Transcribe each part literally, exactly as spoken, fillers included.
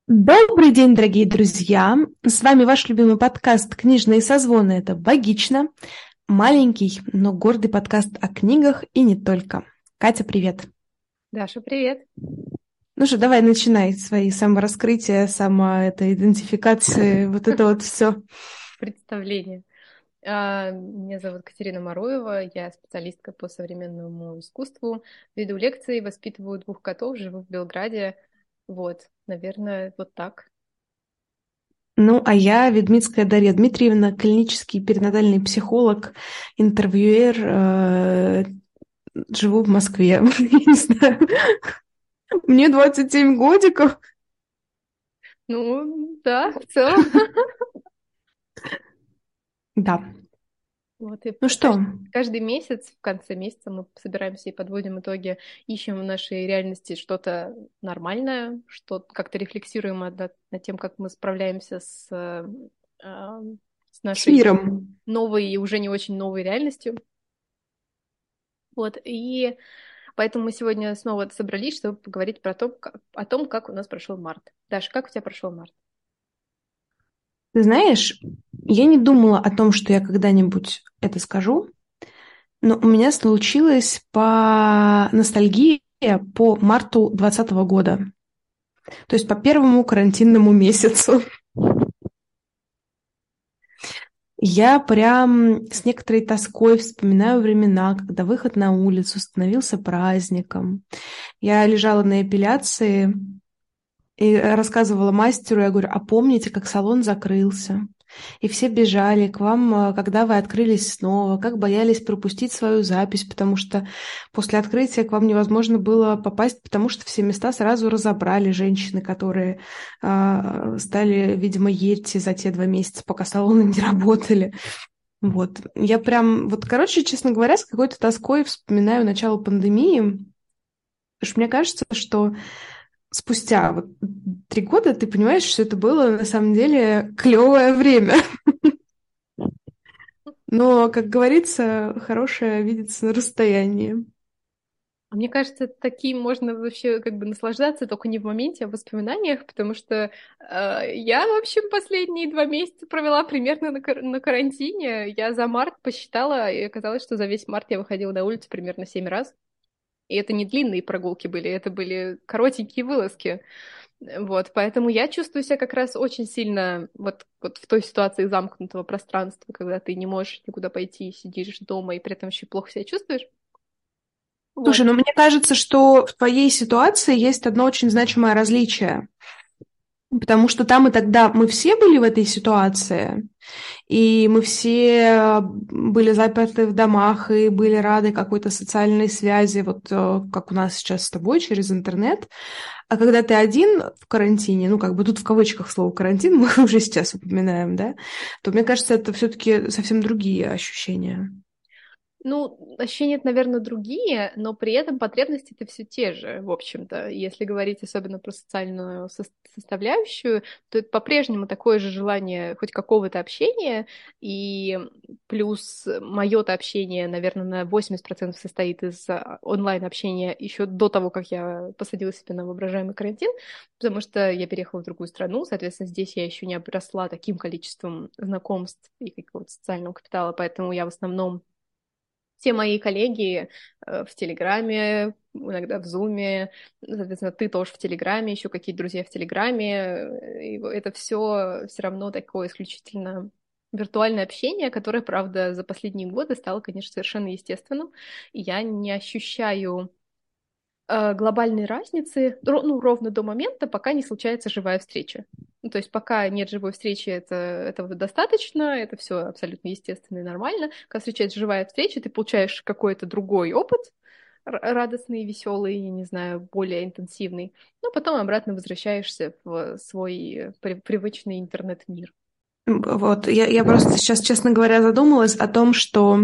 Добрый день, дорогие друзья! С вами ваш любимый подкаст «Книжные созвоны». Это «Логично». Маленький, но гордый подкаст о книгах и не только. Катя, привет! Даша, привет! Ну что, давай начинай свои самораскрытия, самоидентификации, вот это вот все. Представление. А, Меня зовут Катерина Маруева, я специалистка по современному искусству, веду лекции, воспитываю двух котов, живу в Белграде. Вот, наверное, вот так. Ну, а я Ведмицкая Дарья Дмитриевна, клинический перинатальный психолог, интервьюер, э, живу в Москве. Я не знаю, мне двадцать семь годиков. Ну, да, в целом. Да. Вот, и Ну что, каждый, каждый месяц, в конце месяца мы собираемся и подводим итоги, ищем в нашей реальности что-то нормальное, что как-то рефлексируем над, над тем, как мы справляемся с, э, а, с с нашей миром? новой и уже не очень новой реальностью. Вот, и поэтому мы сегодня снова собрались, чтобы поговорить про то, как, о том, как у нас прошел март. Даша, как у тебя прошел март? Ты знаешь, я не думала о том, что я когда-нибудь это скажу, но у меня случилось по ностальгии по марту двадцатого года, то есть по первому карантинному месяцу. Я прям с некоторой тоской вспоминаю времена, когда выход на улицу становился праздником. Я лежала на эпиляции и рассказывала мастеру, я говорю, а помните, как салон закрылся? И все бежали к вам, а, когда вы открылись снова, как боялись пропустить свою запись, потому что после открытия к вам невозможно было попасть, потому что все места сразу разобрали женщины, которые а, стали, видимо, едьте за те два месяца, пока салоны не работали. Вот. Я прям, вот, короче, честно говоря, с какой-то тоской вспоминаю начало пандемии, потому что мне кажется, что спустя вот три года ты понимаешь, что это было на самом деле клевое время. Но, как говорится, хорошее видится на расстоянии. А мне кажется, таким можно вообще как бы наслаждаться только не в моменте, а в воспоминаниях, потому что э, я, в общем, последние два месяца провела примерно на, кар- на карантине. Я за март посчитала, и оказалось, что за весь март я выходила на улицу примерно семь раз. И это не длинные прогулки были, это были коротенькие вылазки. Вот, поэтому я чувствую себя как раз очень сильно вот, вот в той ситуации замкнутого пространства, когда ты не можешь никуда пойти, сидишь дома и при этом еще плохо себя чувствуешь. Слушай, Вот. ну мне кажется, что в твоей ситуации есть одно очень значимое различие. Потому что там и тогда мы все были в этой ситуации, и мы все были заперты в домах и были рады какой-то социальной связи, вот э, как у нас сейчас с тобой через интернет. А когда ты один в карантине, ну как бы тут в кавычках слово карантин мы уже сейчас упоминаем, да, то мне кажется, это все-таки совсем другие ощущения. Ну, ощущения, наверное, другие, но при этом потребности-то все те же, в общем-то. Если говорить особенно про социальную со- составляющую, то это по-прежнему такое же желание хоть какого-то общения, и плюс мое-то общение, наверное, на восемьдесят процентов состоит из а, онлайн-общения еще до того, как я посадила себя на воображаемый карантин, потому что я переехала в другую страну, соответственно, здесь я еще не обросла таким количеством знакомств и какого-то социального капитала, поэтому я в основном все мои коллеги э, в Телеграме, иногда в Зуме, соответственно, ты тоже в Телеграме, еще какие-то друзья в Телеграме. э, И это все все равно такое исключительно виртуальное общение, которое, правда, за последние годы стало, конечно, совершенно естественным. И я не ощущаю э, глобальной разницы, ро- ну, ровно до момента, пока не случается живая встреча. Ну, то есть пока нет живой встречи, это, этого достаточно, это все абсолютно естественно и нормально. Когда встречается живая встреча, ты получаешь какой-то другой опыт, р- радостный, веселый, я не знаю, более интенсивный, но потом обратно возвращаешься в свой э, при- привычный интернет-мир. Вот, я, я просто сейчас, честно говоря, задумалась о том, что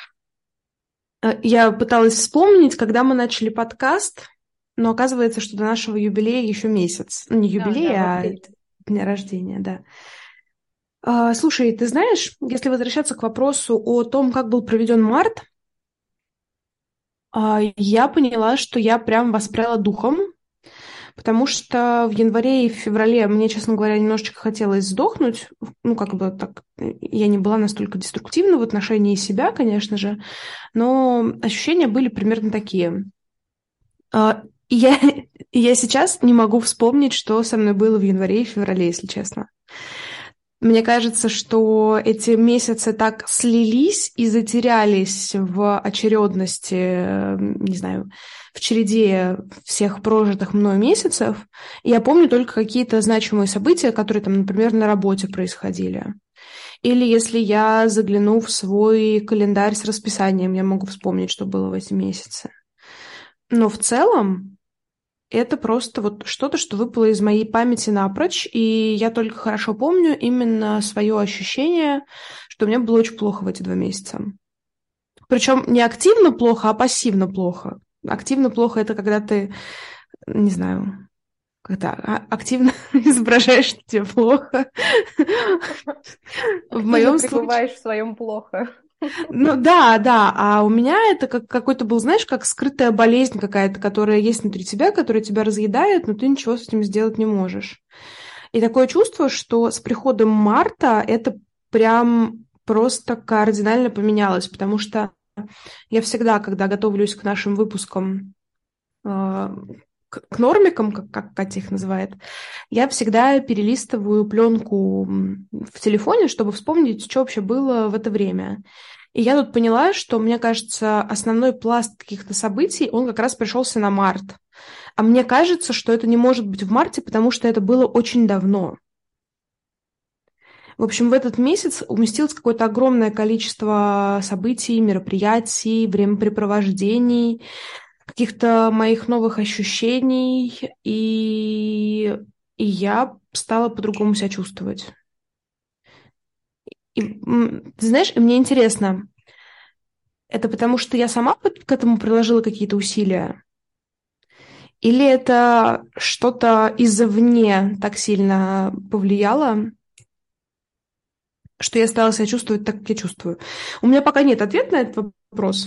э, я пыталась вспомнить, когда мы начали подкаст, но оказывается, что до нашего юбилея еще месяц. Ну, не Да, да, в юбилея, а апреле. дня рождения, да. А, слушай, ты знаешь, если возвращаться к вопросу о том, как был проведен март, а, я поняла, что я прям воспряла духом, потому что в январе и в феврале мне, честно говоря, немножечко хотелось сдохнуть. Ну, как бы так, я не была настолько деструктивна в отношении себя, конечно же, но ощущения были примерно такие. А, И я, и я сейчас не могу вспомнить, что со мной было в январе и феврале, если честно. Мне кажется, что эти месяцы так слились и затерялись в очередности, э, не знаю, в череде всех прожитых мной месяцев. И я помню только какие-то значимые события, которые там, например, на работе происходили. Или если я загляну в свой календарь с расписанием, я могу вспомнить, что было в эти месяцы. Но в целом это просто вот что-то, что выпало из моей памяти напрочь, и я только хорошо помню именно свое ощущение, что мне было очень плохо в эти два месяца. Причем не активно плохо, а пассивно плохо. Активно плохо — это когда ты, не знаю, когда а- активно изображаешь, что тебе плохо. В Активно моем случае... пребываешь в своем плохо. Ну да, да, а у меня это как какой-то был, знаешь, как скрытая болезнь какая-то, которая есть внутри тебя, которая тебя разъедает, но ты ничего с этим сделать не можешь. И такое чувство, что с приходом марта это прям просто кардинально поменялось, потому что я всегда, когда готовлюсь к нашим выпускам, э, к, к нормикам, как, как Катя их называет, я всегда перелистываю пленку в телефоне, чтобы вспомнить, что вообще было в это время. И я тут поняла, что, мне кажется, основной пласт каких-то событий, он как раз пришелся на март. А мне кажется, что это не может быть в марте, потому что это было очень давно. В общем, в этот месяц уместилось какое-то огромное количество событий, мероприятий, времяпрепровождений, каких-то моих новых ощущений, и, и я стала по-другому себя чувствовать. И, м, ты знаешь, и мне интересно, это потому что я сама под- к этому приложила какие-то усилия? Или это что-то извне так сильно повлияло, что я стала себя чувствовать так, как я чувствую? У меня пока нет ответа на этот вопрос,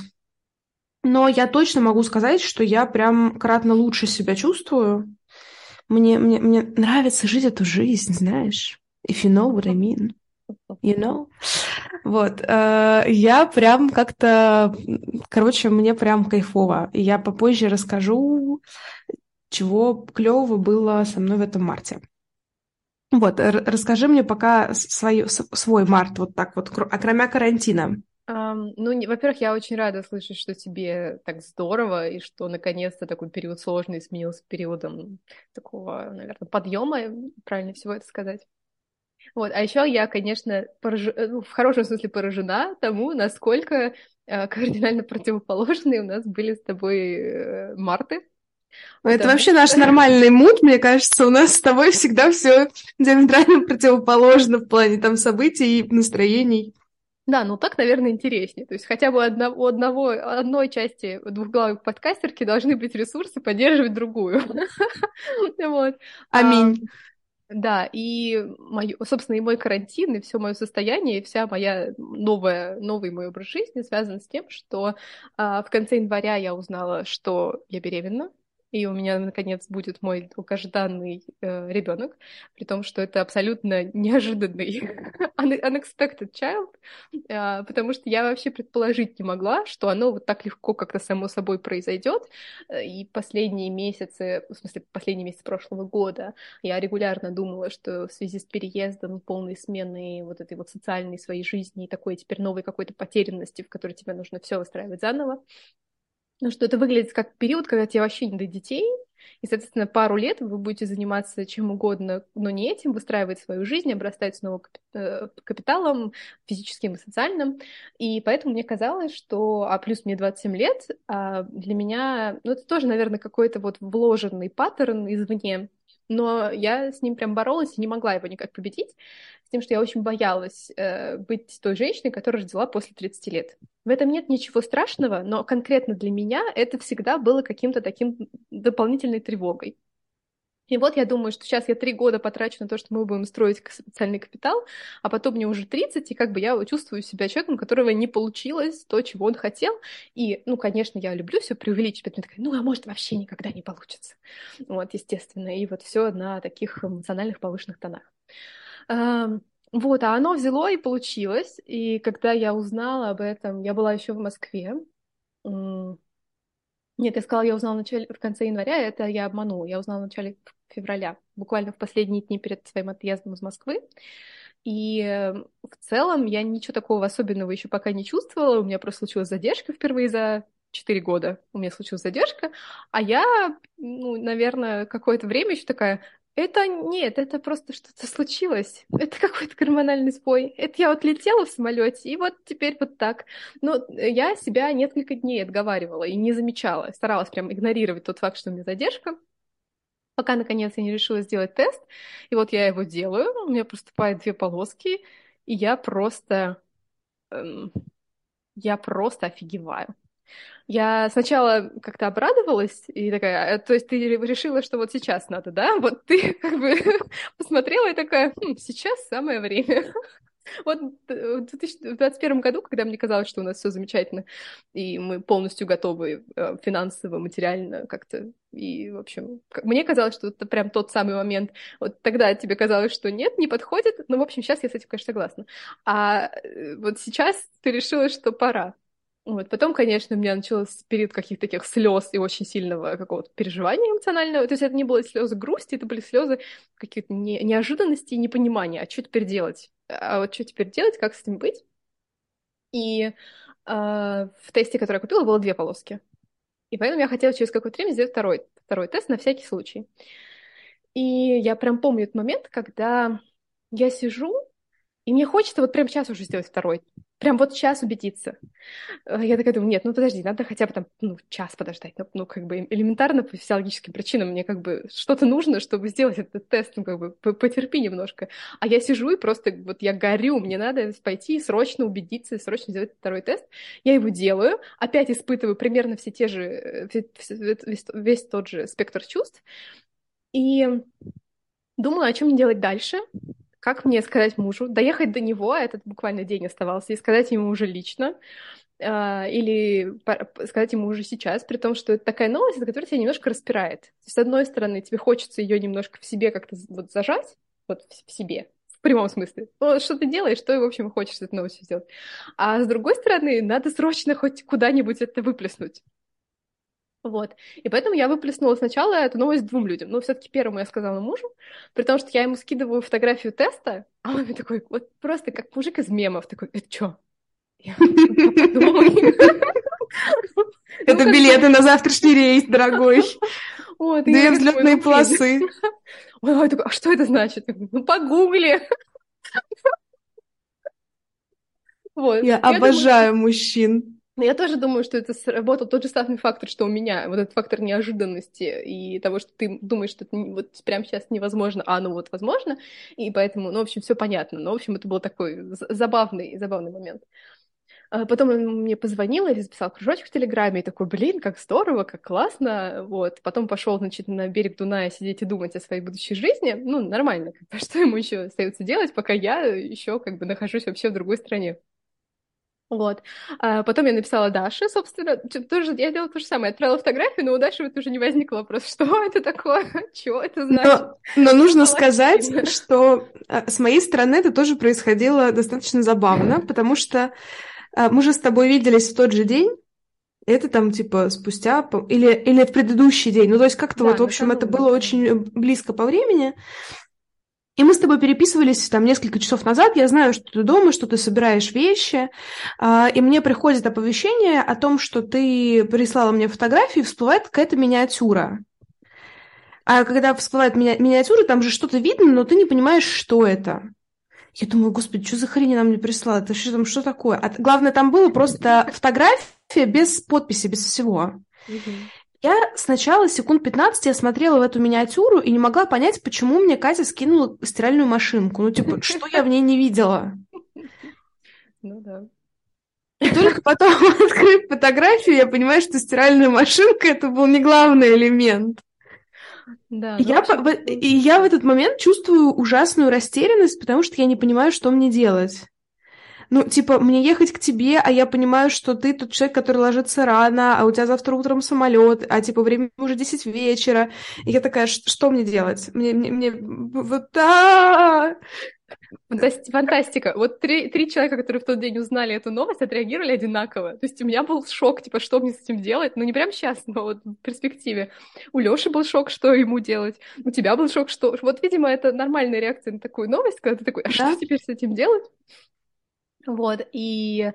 но я точно могу сказать, что я прям кратно лучше себя чувствую. Мне, мне, мне нравится жить эту жизнь, знаешь. If you know what I mean, you know? Вот. э, Я прям как-то... Короче, мне прям кайфово. И я попозже расскажу, чего клевого было со мной в этом марте. Вот, р- расскажи мне пока с- свою- с- свой март, вот так вот, кро- окромя карантина. Ам, ну, не- во-первых, я очень рада слышать, что тебе так здорово, и что наконец-то такой период сложный сменился периодом такого, наверное, подъема, правильно всего это сказать. Вот, а еще я, конечно, пораж- э, ну, в хорошем смысле поражена тому, насколько э, кардинально противоположные у нас были с тобой э, марты, Это потому вообще что наш нормальный мут, мне кажется, у нас с тобой всегда все диаметрально противоположно в плане там событий и настроений. да, ну так, наверное, интереснее. То есть хотя бы одно- у одного, одной части двухглавой подкастерки должны быть ресурсы поддерживать другую. Вот. А, Аминь. Да, и мою, собственно, и мой карантин, и все мое состояние, и вся моя новая, новый мой образ жизни связан с тем, что а, в конце января я узнала, что я беременна, и у меня, наконец, будет мой долгожданный э, ребенок, при том, что это абсолютно неожиданный un- unexpected child, а, потому что я вообще предположить не могла, что оно вот так легко как-то само собой произойдет. И последние месяцы, в смысле, последние месяцы прошлого года я регулярно думала, что в связи с переездом, полной сменой вот этой вот социальной своей жизни и такой теперь новой какой-то потерянности, в которой тебе нужно все выстраивать заново, ну, что это выглядит как период, когда тебе вообще не до детей, и, соответственно, пару лет вы будете заниматься чем угодно, но не этим, выстраивать свою жизнь, обрастать снова капи- э, капиталом физическим и социальным. И поэтому мне казалось, что... А плюс мне двадцать семь лет, а для меня... Ну, это тоже, наверное, какой-то вот вложенный паттерн извне, но я с ним прям боролась и не могла его никак победить, с тем, что я очень боялась э, быть той женщиной, которая родила после тридцати лет. В этом нет ничего страшного, но конкретно для меня это всегда было каким-то таким дополнительной тревогой. И вот я думаю, что сейчас я три года потрачу на то, что мы будем строить к- социальный капитал, а потом мне уже тридцать, и как бы я чувствую себя человеком, у которого не получилось то, чего он хотел. И, ну, конечно, я люблю все преувеличивать, поэтому я такая, ну, а может, вообще никогда не получится. Вот, естественно. И вот все на таких эмоциональных повышенных тонах. Ам, Вот, а оно взяло и получилось. И когда я узнала об этом, я была еще в Москве. М, Нет, я сказала, я узнала в начале, в конце января, это я обманула. Я узнала в начале февраля, буквально в последние дни перед своим отъездом из Москвы. И э, в целом я ничего такого особенного еще пока не чувствовала. У меня просто случилась задержка впервые за четыре года. У меня случилась задержка, а я, ну, наверное, какое-то время еще такая, это нет, это просто что-то случилось. Это какой-то гормональный сбой. Это я вот летела в самолете, и вот теперь вот так. Но я себя несколько дней отговаривала и не замечала. Старалась прям игнорировать тот факт, что у меня задержка, пока, наконец, я не решила сделать тест. И вот я его делаю, у меня проступают две полоски, и я просто... эм, я просто офигеваю. Я сначала как-то обрадовалась и такая, «А, то есть ты решила, что вот сейчас надо, да? Вот ты как бы посмотрела и такая, «Хм, сейчас самое время». Вот э, в две тысячи двадцать первом году, когда мне казалось, что у нас все замечательно, и мы полностью готовы э, финансово, материально как-то, и, в общем, к- мне казалось, что это прям тот самый момент. Вот тогда тебе казалось, что нет, не подходит, но, в общем, сейчас я с этим, конечно, согласна. А э, вот сейчас ты решила, что пора. Вот. Потом, конечно, у меня начался период каких-то таких слез и очень сильного какого-то переживания эмоционального. То есть это не были слезы грусти, это были слезы какие-то не, неожиданности и непонимания, а что теперь делать? А вот что теперь делать, как с этим быть? И э, в тесте, который я купила, было две полоски. И поэтому я хотела через какое-то время сделать второй, второй тест на всякий случай. И я прям помню этот момент, когда я сижу, и мне хочется вот прямо сейчас уже сделать второй. Прям вот сейчас убедиться. Э, Я такая думаю, нет, ну подожди, надо хотя бы там, ну, час подождать. Ну, ну, как бы элементарно по физиологическим причинам мне как бы что-то нужно, чтобы сделать этот тест, ну, как бы по- потерпи немножко. А я сижу и просто вот я горю, мне надо пойти и срочно убедиться, и срочно сделать второй тест. Я его делаю, опять испытываю примерно все те же, э, все- все- весь, весь тот же спектр чувств. И думаю, о чем мне делать дальше. Как мне сказать мужу, доехать до него, а этот буквально день оставался, и сказать ему уже лично, а, или пор- сказать ему уже сейчас, при том, что это такая новость, от которой тебя немножко распирает. То есть, с одной стороны, тебе хочется ее немножко в себе как-то з- вот зажать, вот в, в себе, в прямом смысле. Ну, что ты делаешь, что, в общем, хочешь с этой новостью сделать. А с другой стороны, надо срочно хоть куда-нибудь это выплеснуть. Вот. И поэтому я выплеснула сначала эту новость двум людям. Но все-таки первому я сказала мужу, при том, что я ему скидываю фотографию теста, а он мне такой, вот просто как мужик из мемов, такой, это что? Я, ну, подумай. Ну, Это как бы, билеты на завтрашний рейс, дорогой. вот, и я Две такая думаю, взлетные ну, блин. полосы. Он ой, такой, а что это значит? Я говорю, ну, погугли. Вот. Я Я думаю, что... обожаю мужчин. Я тоже думаю, что это сработал тот же самый фактор, что у меня. Вот этот фактор неожиданности и того, что ты думаешь, что это не- вот прямо сейчас невозможно, а ну вот возможно. И поэтому, ну, в общем, все понятно. Но, в общем, это был такой з- забавный, забавный момент. А потом он мне позвонил или записал кружочек в Телеграме, и такой, блин, как здорово, как классно, вот. Потом пошел, значит, на берег Дуная сидеть и думать о своей будущей жизни. Ну, нормально, как бы, что ему еще остается делать, пока я еще, как бы, нахожусь вообще в другой стране. Вот. А потом я написала Даше, собственно, т- тоже, я делала то же самое, отправила фотографию, но у Даши вот уже не возникло вопроса, что это такое, чего это значит. Но, но Мне нужно было сказать, стыдно. что э, с моей стороны это тоже происходило достаточно забавно, потому что э, мы же с тобой виделись в тот же день, это там типа спустя, по- или, или в предыдущий день, ну то есть как-то вот, Да, в общем, это накануне, было очень накануне. э, близко по времени, и мы с тобой переписывались там несколько часов назад, я знаю, что ты дома, что ты собираешь вещи, а, и мне приходит оповещение о том, что ты прислала мне фотографию, и всплывает какая-то миниатюра. А когда всплывает мини- миниатюра, там же что-то видно, но ты не понимаешь, что это. Я думаю, господи, что за хрень она мне прислала? Это что там, что такое? А т- главное, там было просто фотография без подписи, без всего. Мгм. Я сначала секунд пятнадцать я смотрела в эту миниатюру и не могла понять, почему мне Катя скинула стиральную машинку. Ну, типа, что я в ней не видела? Ну да. И только потом, открыв фотографию, я понимаю, что стиральная машинка — это был не главный элемент. Да, И ну, в я, по- общем, в- и я в этот момент чувствую ужасную растерянность, потому что я не понимаю, что мне делать. Ну, типа, мне ехать к тебе, а я понимаю, что ты тот человек, который ложится рано, а у тебя завтра утром самолет, а типа время уже десять вечера. И я такая, «Ш- что мне делать? Мне, мне, мне вот да. фантасти- фантастика. Вот три, три человека, которые в тот день узнали эту новость, отреагировали одинаково. То есть у меня был шок, типа, что мне с этим делать? Ну, не прямо сейчас, но вот в перспективе. У Лёши был шок, что ему делать. У тебя был шок, что... Вот, видимо, это нормальная реакция на такую новость, когда ты такой, а что Да? теперь с этим делать? Вот, и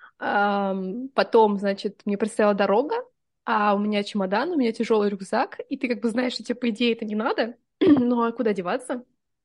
ам, потом, значит, мне предстояла дорога, а у меня чемодан, у меня тяжелый рюкзак, и ты как бы знаешь, что тебе, по идее, это не надо, ну а куда деваться?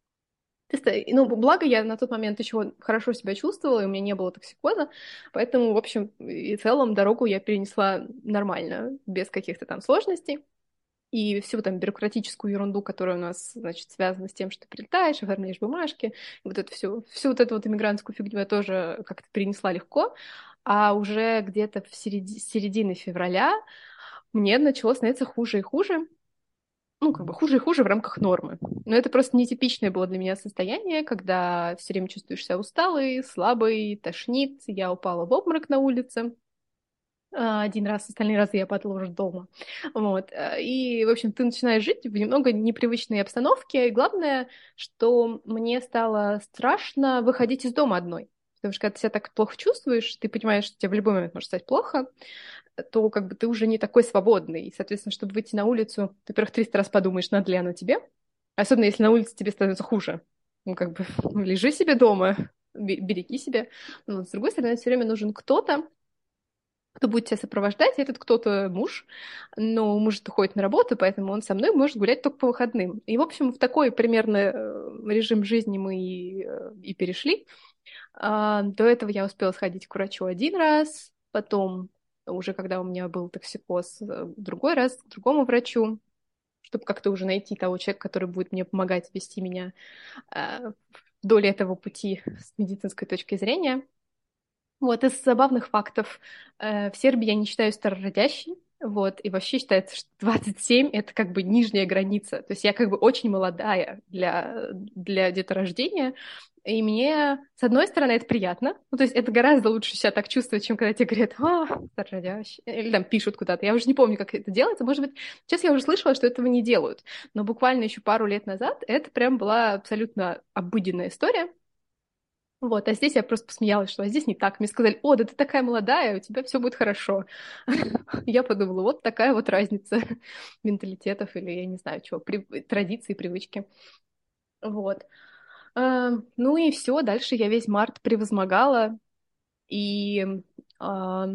Ты ста- Ну, благо, я на тот момент еще хорошо себя чувствовала, и у меня не было токсикоза, поэтому, в общем и целом, дорогу я перенесла нормально, без каких-то там сложностей. И всю там бюрократическую ерунду, которая у нас, значит, связана с тем, что ты прилетаешь, оформляешь бумажки, вот это всю, всю вот эту вот иммигрантскую фигню я тоже как-то перенесла легко. А уже где-то в середи- середине февраля мне начало становиться хуже и хуже. Ну, как бы хуже и хуже в рамках нормы. Но это просто нетипичное было для меня состояние, когда все время чувствуешь себя усталый, слабый, тошнит. Я упала в обморок на улице. А, один раз, остальные разы я падала уже дома. Вот. э, И, в общем, ты начинаешь жить в немного непривычной обстановке. И главное, что мне стало страшно выходить из дома одной. Потому что когда ты себя так плохо чувствуешь, ты понимаешь, что тебе в любой момент может стать плохо, то как бы ты уже не такой свободный. И, соответственно, чтобы выйти на улицу, ты, во-первых, триста раз подумаешь, надо ли оно тебе. Особенно если на улице тебе становится хуже. Ну, как бы, лежи себе дома, бе- береги себя. Но вот, с другой стороны, все время нужен кто-то, кто будет тебя сопровождать, этот кто-то муж, но муж уходит на работу, поэтому он со мной может гулять только по выходным. И, в общем, в такой примерно э, режим жизни мы и, э, и перешли. А, До этого я успела сходить к врачу один раз, потом, уже когда у меня был токсикоз, э, другой раз к другому врачу, чтобы как-то уже найти того человека, который будет мне помогать вести меня э, вдоль этого пути с медицинской точки зрения. Вот, из забавных фактов. э, В Сербии я не считаюсь старородящей, вот, и вообще считается, что двадцать семь — это как бы нижняя граница. То есть я как бы очень молодая для, для деторождения, и мне, с одной стороны, это приятно, ну, то есть это гораздо лучше себя так чувствовать, чем когда тебе говорят, а, старородящий, или там пишут куда-то. Я уже не помню, как это делается. Может быть, сейчас я уже слышала, что этого не делают, но буквально еще пару лет назад это прям была абсолютно обыденная история. Вот, а здесь я просто посмеялась, что а здесь не так. Мне сказали, о, да ты такая молодая, у тебя все будет хорошо. Я подумала, вот такая вот разница менталитетов или, я не знаю, чего, при- традиций, привычки. Вот. А, Ну и все, дальше я весь март превозмогала. И а,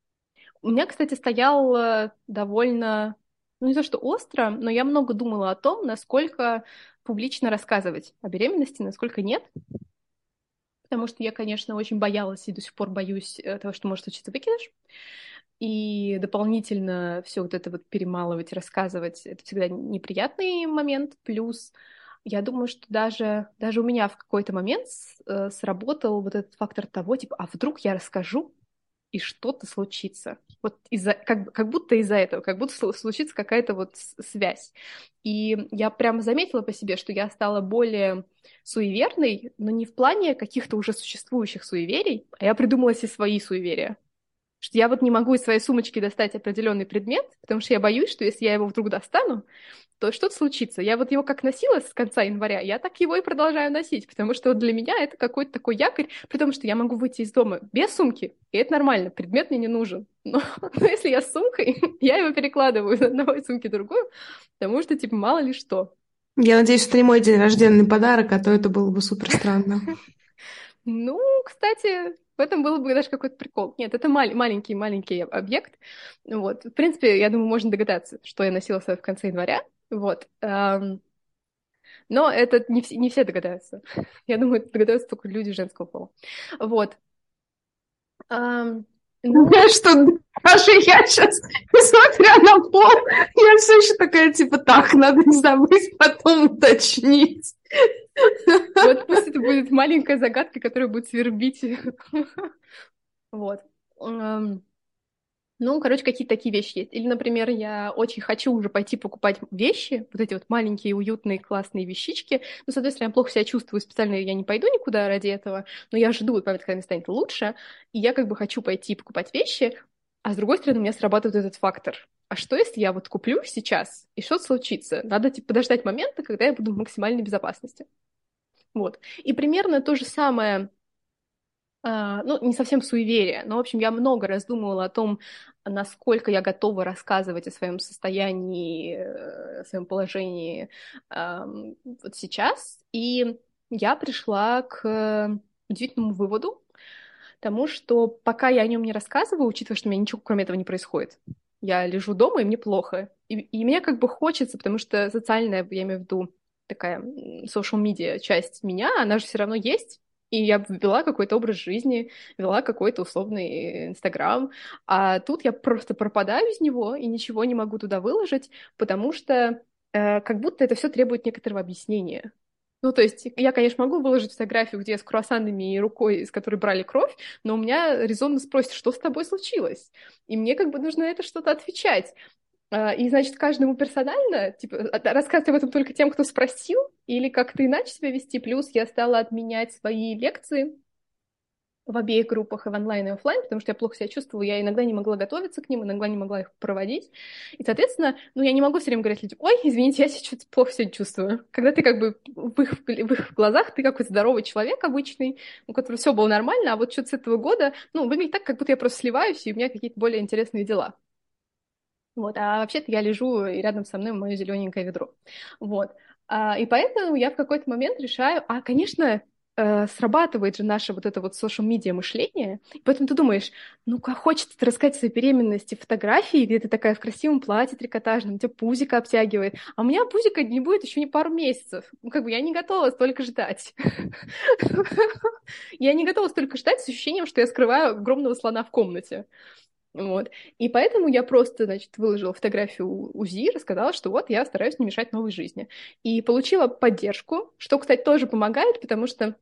у меня, кстати, стоял э, довольно, ну не то что остро, но я много думала о том, насколько публично рассказывать о беременности, насколько нет. Потому что я, конечно, очень боялась и до сих пор боюсь э, того, что может случиться выкидыш. И дополнительно все вот это вот перемалывать, рассказывать, это всегда неприятный момент. Плюс я думаю, что даже, даже у меня в какой-то момент с- э, сработал вот этот фактор того, типа, а вдруг я расскажу, и что-то случится. Вот из-за, как, как будто из-за этого, как будто слу- случится какая-то вот с- связь. И я прямо заметила по себе, что я стала более суеверной, но не в плане каких-то уже существующих суеверий, а я придумала себе свои суеверия. Что я вот не могу из своей сумочки достать определенный предмет, потому что я боюсь, что если я его вдруг достану, то что-то случится. Я вот его как носила с конца января, я так его и продолжаю носить, потому что вот для меня это какой-то такой якорь, при том, что я могу выйти из дома без сумки, и это нормально, предмет мне не нужен. Но, но если я с сумкой, я его перекладываю из одной сумки в другую, потому что, типа, мало ли что. Я надеюсь, это не мой день рождения подарок, а то это было бы супер странно. Ну, кстати, в этом было бы даже какой-то прикол. Нет, это маленький-маленький объект. Вот. В принципе, я думаю, можно догадаться, что я носила с собой в конце января. Вот. Ам, Но это не, все- не все догадаются. Я думаю, это догадаются только люди женского пола. Вот. Ам, Ну, Знаешь, что даже я сейчас, несмотря на пол, я все еще такая, типа, так, надо не забыть потом уточнить. вот пусть это будет маленькая загадка, которая будет свербить. Вот. Ам, Ну, короче, какие-то такие вещи есть. Или, например, я очень хочу уже пойти покупать вещи, вот эти вот маленькие, уютные, классные вещички. Ну, соответственно, я плохо себя чувствую, специально я не пойду никуда ради этого, но я жду вот момент, когда мне станет лучше, и я как бы хочу пойти покупать вещи, а с другой стороны, у меня срабатывает этот фактор. А что, если я вот куплю сейчас, и что случится? Надо, типа, подождать момента, когда я буду в максимальной безопасности. Вот. И примерно то же самое, а, ну, не совсем суеверие, но, в общем, я много раздумывала о том, насколько я готова рассказывать о своем состоянии, э, о своем положении ам, вот сейчас, и я пришла к удивительному выводу, тому, что пока я о нем не рассказываю, учитывая, что у меня ничего кроме этого не происходит, я лежу дома, и мне плохо, и, и мне как бы хочется, потому что социальная, я имею в виду, такая social media часть меня, она же все равно есть, и я вела какой-то образ жизни, вела какой-то условный Инстаграм, а тут я просто пропадаю из него и ничего не могу туда выложить, потому что э, как будто это все требует некоторого объяснения. Ну, то есть я, конечно, могу выложить фотографию, где я с круассанами и рукой, из которой брали кровь, но у меня резонно спросят, что с тобой случилось? И мне как бы нужно на это что-то отвечать. А, И, значит, каждому персонально, типа, а- рассказывать об этом только тем, кто спросил, или как-то иначе себя вести. Плюс я стала отменять свои лекции в обеих группах, и в онлайн, и оффлайн, потому что я плохо себя чувствовала, я иногда не могла готовиться к ним, иногда не могла их проводить. И, соответственно, ну, я не могу все время говорить людям: ой, извините, я себя что-то плохо себя чувствую. Когда ты как бы в их, в их глазах, ты какой-то здоровый человек обычный, у которого все было нормально, а вот что-то с этого года, ну, выглядит так, как будто я просто сливаюсь, и у меня какие-то более интересные дела. Вот, а вообще-то я лежу, и рядом со мной мое зелененькое ведро. Вот. А, и поэтому я в какой-то момент решаю, а, конечно, э, срабатывает же наше вот это вот social-media мышление, и поэтому ты думаешь, ну, как хочется рассказать о своей беременности фотографии, где ты такая в красивом платье трикотажном, тебя пузико обтягивает, а у меня пузика не будет еще не пару месяцев. Ну, как бы я не готова столько ждать. Я не готова столько ждать с ощущением, что я скрываю огромного слона в комнате. Вот. И поэтому я просто, значит, выложила фотографию УЗИ, рассказала, что вот я стараюсь не мешать новой жизни. И получила поддержку, что, кстати, тоже помогает, потому что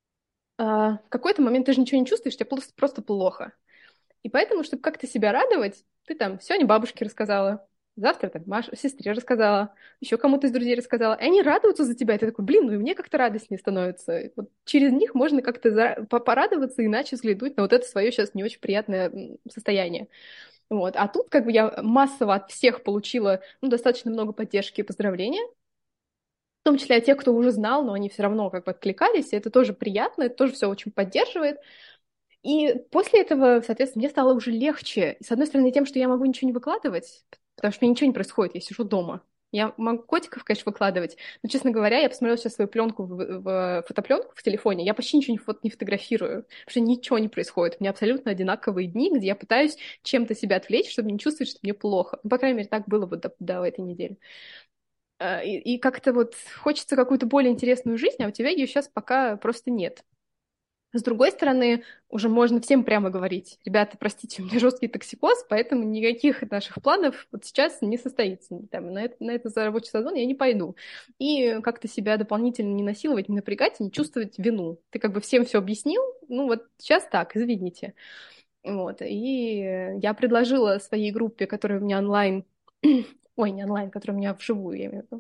а, в какой-то момент ты же ничего не чувствуешь, тебе просто, просто плохо. И поэтому, чтобы как-то себя радовать, ты там сегодня бабушке рассказала, завтра там Маше, сестре рассказала, еще кому-то из друзей рассказала, и они радуются за тебя, и ты такой, блин, ну и мне как-то радостнее становится. И вот через них можно как-то за... по- порадоваться, иначе взглянуть на вот это свое сейчас не очень приятное м, состояние. Вот. А тут как бы я массово от всех получила, ну, достаточно много поддержки и поздравления, в том числе от тех, кто уже знал, но они все равно как бы откликались, и это тоже приятно, это тоже все очень поддерживает. И после этого, соответственно, мне стало уже легче. И, с одной стороны, тем, что я могу ничего не выкладывать, потому что у меня ничего не происходит, я сижу дома. Я могу котиков, конечно, выкладывать, но, честно говоря, я посмотрела сейчас свою пленку в, в фотопленку в телефоне, я почти ничего не, фото, не фотографирую, потому что ничего не происходит. У меня абсолютно одинаковые дни, где я пытаюсь чем-то себя отвлечь, чтобы не чувствовать, что мне плохо. Ну, по крайней мере, так было вот до, до этой недели. А, И, и как-то вот хочется какую-то более интересную жизнь, а у тебя ее сейчас пока просто нет. С другой стороны, уже можно всем прямо говорить: ребята, простите, у меня жесткий токсикоз, поэтому никаких наших планов вот сейчас не состоится. Там, на, это, на это за рабочий сезон я не пойду. И как-то себя дополнительно не насиловать, не напрягать и не чувствовать вину. Ты как бы всем все объяснил, ну вот сейчас так, извините. Вот. И я предложила своей группе, которая у меня онлайн, ой, не онлайн, которая у меня вживую, я имею в виду,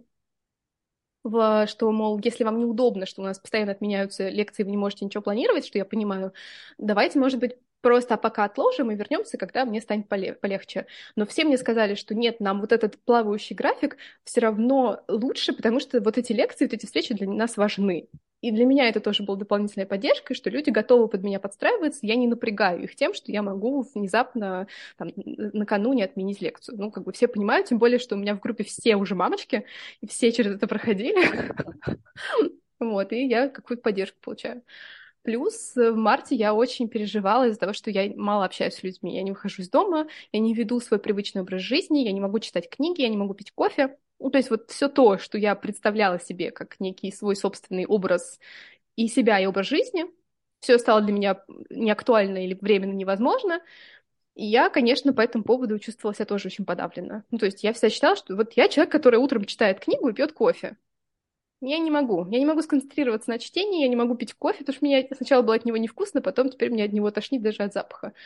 в, что, мол, если вам неудобно, что у нас постоянно отменяются лекции, вы не можете ничего планировать, что я понимаю, давайте, может быть, просто пока отложим и вернемся, когда мне станет поле- полегче. Но все мне сказали, что нет, нам вот этот плавающий график все равно лучше, потому что вот эти лекции, вот эти встречи для нас важны. И для меня это тоже была дополнительной поддержкой, что люди готовы под меня подстраиваться, я не напрягаю их тем, что я могу внезапно там, накануне отменить лекцию. Ну, как бы все понимают, тем более, что у меня в группе все уже мамочки, и все через это проходили. Вот, и я какую-то поддержку получаю. Плюс в марте я очень переживала из-за того, что я мало общаюсь с людьми. Я не выхожу из дома, я не веду свой привычный образ жизни, я не могу читать книги, я не могу пить кофе. Ну, то есть вот все то, что я представляла себе как некий свой собственный образ и себя, и образ жизни, все стало для меня неактуально или временно невозможно. И я, конечно, по этому поводу чувствовала себя тоже очень подавленно. Ну, то есть я всегда считала, что вот я человек, который утром читает книгу и пьет кофе. Я не могу. Я не могу сконцентрироваться на чтении, я не могу пить кофе, потому что мне сначала было от него невкусно, потом теперь мне от него тошнит даже от запаха.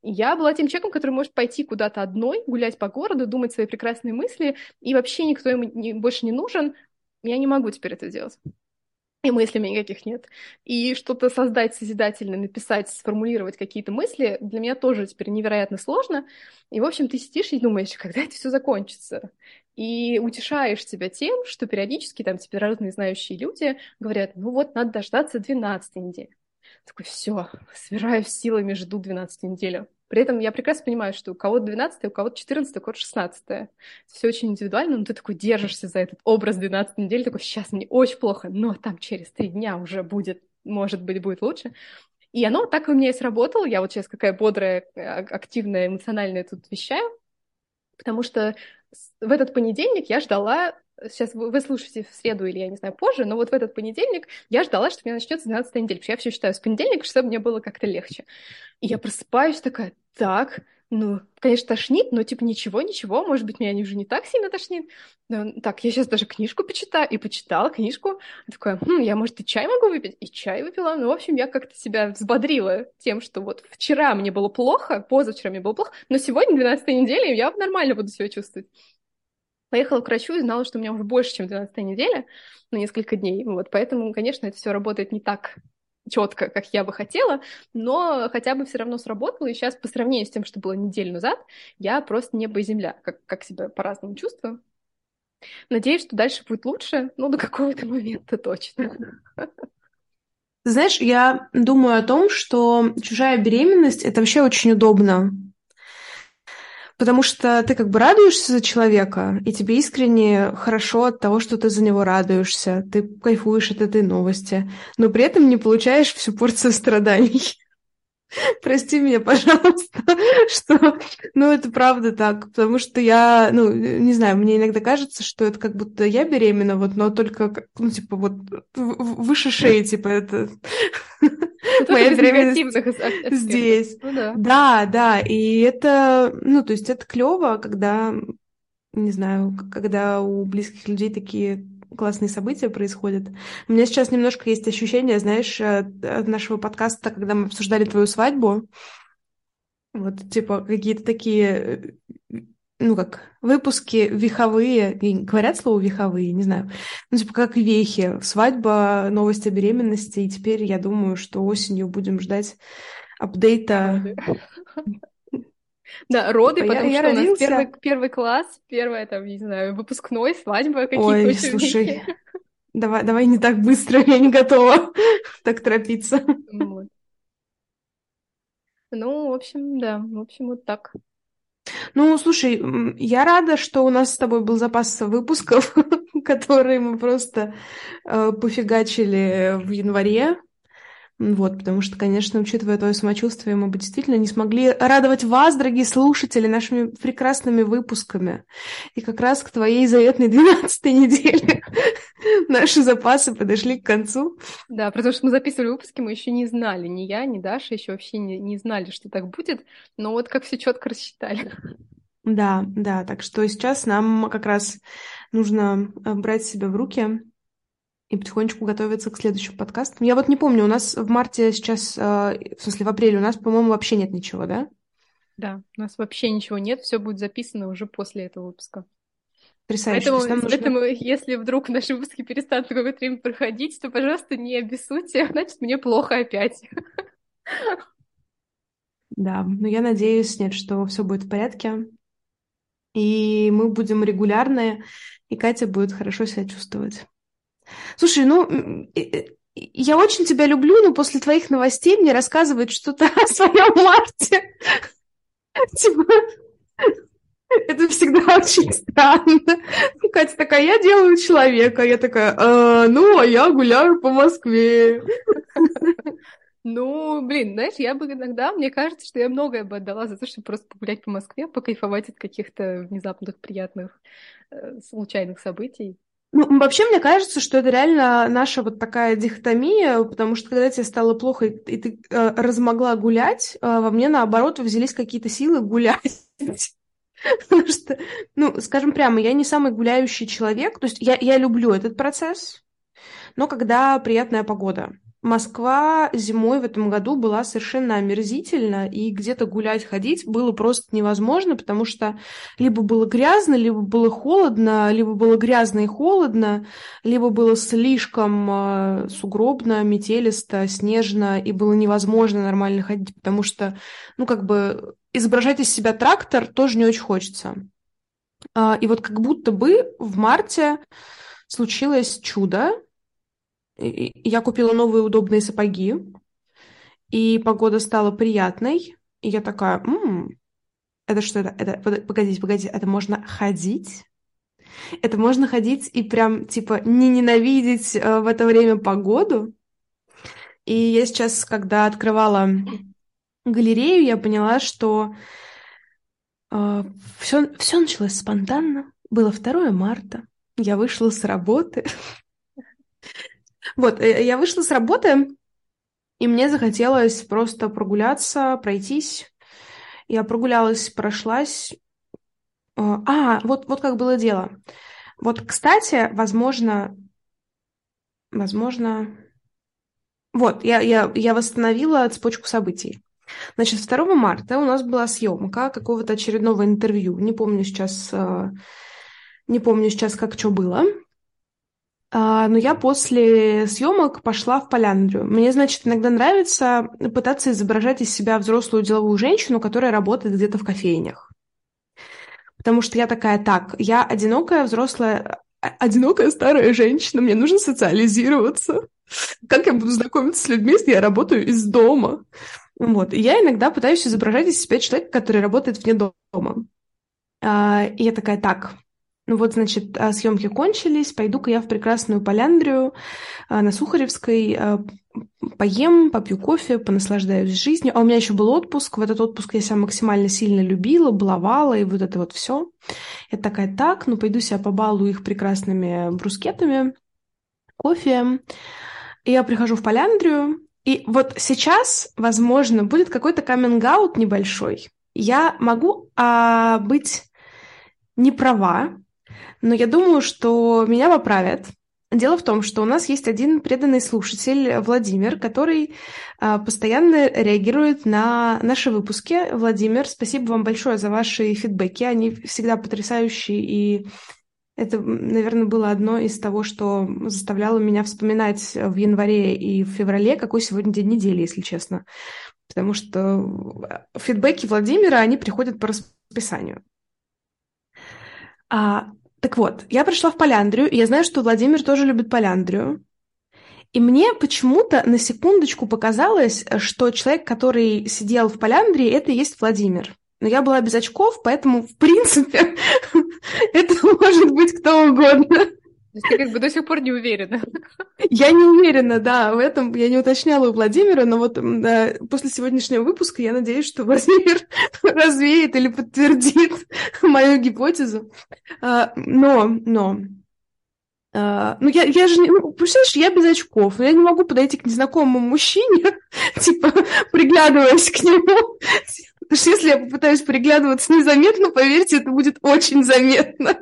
Я была тем человеком, который может пойти куда-то одной, гулять по городу, думать свои прекрасные мысли, и вообще никто ему не, больше не нужен. Я не могу теперь это делать. И мыслей никаких нет. И что-то создать созидательно, написать, сформулировать какие-то мысли для меня тоже теперь невероятно сложно. И, в общем, ты сидишь и думаешь, когда это все закончится. И утешаешь себя тем, что периодически там тебе разные знающие люди говорят, ну вот, надо дождаться двенадцатой недели. Такой, все, собираюсь силами, жду двенадцатой недели. При этом я прекрасно понимаю, что у кого-то двенадцатая, у кого-то четырнадцатая, у кого-то шестнадцатая. Все очень индивидуально, но ты такой держишься за этот образ двенадцатой недели, такой, сейчас мне очень плохо, но там через три дня уже будет, может быть, будет лучше. И оно так у меня и сработало. Я вот сейчас какая бодрая, а- активная, эмоциональная тут вещаю, потому что в этот понедельник я ждала, сейчас вы, вы слушаете в среду или, я не знаю, позже, но вот в этот понедельник я ждала, что у меня начнется двенадцатая неделя, потому что я все считаю с понедельника, чтобы мне было как-то легче. И я просыпаюсь такая, так, ну, конечно, тошнит, но типа ничего, ничего, может быть, меня уже не так сильно тошнит. Но, так, я сейчас даже книжку почитаю, и почитала книжку. Я такая, хм, я, может, и чай могу выпить? И чай выпила. Ну, в общем, я как-то себя взбодрила тем, что вот вчера мне было плохо, позавчера мне было плохо, но сегодня, двенадцатая неделя, я нормально буду себя чувствовать. Поехала к врачу и знала, что у меня уже больше, чем двенадцатая неделя, на несколько дней. Вот, поэтому, конечно, это все работает не так четко, как я бы хотела, но хотя бы все равно сработало. И сейчас, по сравнению с тем, что было неделю назад, я просто небо и земля, как, как себя по-разному чувствую. Надеюсь, что дальше будет лучше, ну, до какого-то момента точно. Ты знаешь, я думаю о том, что чужая беременность — это вообще очень удобно. Потому что ты как бы радуешься за человека, и тебе искренне хорошо от того, что ты за него радуешься, ты кайфуешь от этой новости, но при этом не получаешь всю порцию страданий. Прости меня, пожалуйста, что, ну, это правда так, потому что я, ну, не знаю, мне иногда кажется, что это как будто я беременна, вот, но только, как, ну, типа, вот, в- выше шеи, типа, это Но только моя без беременность негативных ас- а- аспектов. здесь. Ну да. Да, да, и это, ну, то есть это клево, когда, не знаю, к- когда у близких людей такие классные события происходят. У меня сейчас немножко есть ощущение, знаешь, от от нашего подкаста, когда мы обсуждали твою свадьбу, вот, типа, какие-то такие, э, ну, как, выпуски веховые, и говорят слово веховые, не знаю, ну, типа, как вехи, свадьба, новость о беременности, и теперь я думаю, что осенью будем ждать апдейта. Роды. Да, роды, Типа, я, потому я что у нас первый, родился. первый класс, первая, там, не знаю, выпускной, свадьба, какие-то Ой, еще слушай, вещи. давай, давай не так быстро, я не готова так торопиться. Вот. Ну, в общем, да, в общем, вот так. Ну, слушай, м, я рада, что у нас с тобой был запас выпусков, которые мы просто э, пофигачили в январе. М, Вот, потому что, конечно, учитывая твое самочувствие, мы бы действительно не смогли радовать вас, дорогие слушатели, нашими прекрасными выпусками. И как раз к твоей заветной двенадцатой неделе наши запасы подошли к концу. Да, потому что мы записывали выпуски, мы еще не знали, ни я, ни Даша еще вообще не, не знали, что так будет, но вот как все четко рассчитали. Да, да, так что сейчас нам как раз нужно э, брать себя в руки и потихонечку готовиться к следующим подкастам. Я вот не помню, у нас в марте сейчас, э, в смысле в апреле, у нас, по-моему, вообще нет ничего, да? Да, у нас вообще ничего нет, все будет записано уже после этого выпуска. Потрясающе. То Поэтому, есть нам нужно... поэтому, если вдруг наши выпуски перестанут в какое-то время проходить, то, пожалуйста, не обессудьте, значит, мне плохо опять. Да, но я надеюсь, нет, что все будет в порядке, и мы будем регулярны, и Катя будет хорошо себя чувствовать. Слушай, ну, м, э, э, я очень тебя люблю, но после твоих новостей мне рассказывают что-то о своем марте. Типа, это всегда очень странно. Катя такая, я делаю человека. Я такая, «А, ну, а я гуляю по Москве. Ну, блин, знаешь, я бы иногда, мне кажется, что я многое бы отдала за то, чтобы просто погулять по Москве, покайфовать от каких-то внезапных приятных э, случайных событий. Ну, вообще, мне кажется, что это реально наша вот такая дихотомия, потому что когда тебе стало плохо, и, и ты э, размогла гулять, э, во мне, наоборот, взялись какие-то силы гулять. Потому что, ну, скажем прямо, я не самый гуляющий человек, то есть я, я люблю этот процесс, но когда приятная погода. Москва зимой в этом году была совершенно омерзительна, и где-то гулять, ходить было просто невозможно, потому что либо было грязно, либо было холодно, либо было грязно и холодно, либо было слишком э, сугробно, метелисто, снежно, и было невозможно нормально ходить, потому что, ну, как бы изображать из себя трактор тоже не очень хочется. А, и вот как будто бы в марте случилось чудо. И- и Я купила новые удобные сапоги, и погода стала приятной. И я такая, «М, это что это? Это, под- погодите, погодите, это можно ходить? Это можно ходить и прям, типа, не ненавидеть э, в это время погоду?» И я сейчас, когда открывала галерею, я поняла, что все, все началось спонтанно. Было второе марта. Я вышла с работы. Вот, э, я вышла с работы, и мне захотелось просто прогуляться, пройтись. Я прогулялась, прошлась. А, а, вот, вот как было дело. Вот, кстати, возможно, возможно... Вот, я, я, я восстановила цепочку событий. Значит, второго марта у нас была съемка какого-то очередного интервью. Не помню сейчас, э, не помню сейчас, как что было. А, но я после съемок пошла в Поляндрию. Мне, значит, иногда нравится пытаться изображать из себя взрослую деловую женщину, которая работает где-то в кофейнях. Потому что я такая, так, я одинокая взрослая, а- одинокая старая женщина, мне нужно социализироваться. Как я буду знакомиться с людьми, если я работаю из дома? Вот. И я иногда пытаюсь изображать из себя человека, который работает вне дома. А, и я такая, так, ну вот, значит, а, съемки кончились, пойду-ка я в прекрасную Поляндрию а, на Сухаревской, а, поем, попью кофе, понаслаждаюсь жизнью. А у меня еще был отпуск. В этот отпуск я себя максимально сильно любила, баловала, и вот это вот все. Я такая, так, ну пойду себя побалую их прекрасными брускетами, кофе. И я прихожу в Поляндрию, и вот сейчас, возможно, будет какой-то каминг-аут небольшой. Я могу а, быть не права, но я думаю, что меня поправят. Дело в том, что у нас есть один преданный слушатель, Владимир, который а, постоянно реагирует на наши выпуски. Владимир, спасибо вам большое за ваши фидбэки. Они всегда потрясающие, и это, наверное, было одно из того, что заставляло меня вспоминать в январе и в феврале, какой сегодня день недели, если честно. Потому что фидбэки Владимира, они приходят по расписанию. А, так вот, я пришла в Поляндрию, и я знаю, что Владимир тоже любит Поляндрию. И мне почему-то на секундочку показалось, что человек, который сидел в Поляндрии, это и есть Владимир. Но я была без очков, поэтому, в принципе, это может быть кто угодно. То есть ты как бы до сих пор не уверена. Я не уверена, да, в этом я не уточняла у Владимира, но вот да, после сегодняшнего выпуска я надеюсь, что Владимир развеет или подтвердит мою гипотезу. А, но, но, а, ну я, я же, не- ну, представляешь, я без очков, я не могу подойти к незнакомому мужчине, типа, приглядываясь к нему. Потому что если я попытаюсь приглядываться незаметно, поверьте, это будет очень заметно.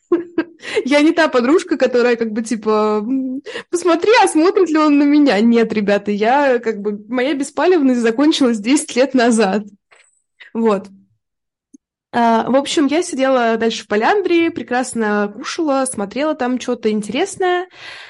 Я не та подружка, которая как бы типа, «М, посмотри, а смотрит ли он на меня?» Нет, ребята, я как бы, моя беспалевность закончилась десять лет назад. Вот. А, в общем, я сидела дальше в Поляндрии, прекрасно кушала, смотрела там что-то интересное.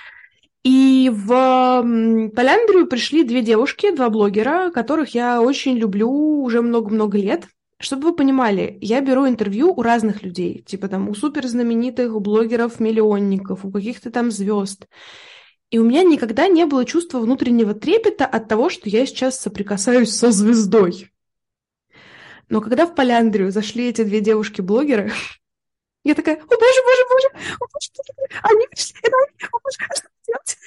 И в м, Поляндрию пришли две девушки, два блогера, которых я очень люблю уже много-много лет. Чтобы вы понимали, я беру интервью у разных людей, типа там у суперзнаменитых блогеров-миллионников, у каких-то там звезд. И у меня никогда не было чувства внутреннего трепета от того, что я сейчас соприкасаюсь со звездой. Но когда в Поляндрию зашли эти две девушки-блогеры, я такая, о боже, боже, боже, о боже, что такое? Они пришли, это они, о боже, а что делать?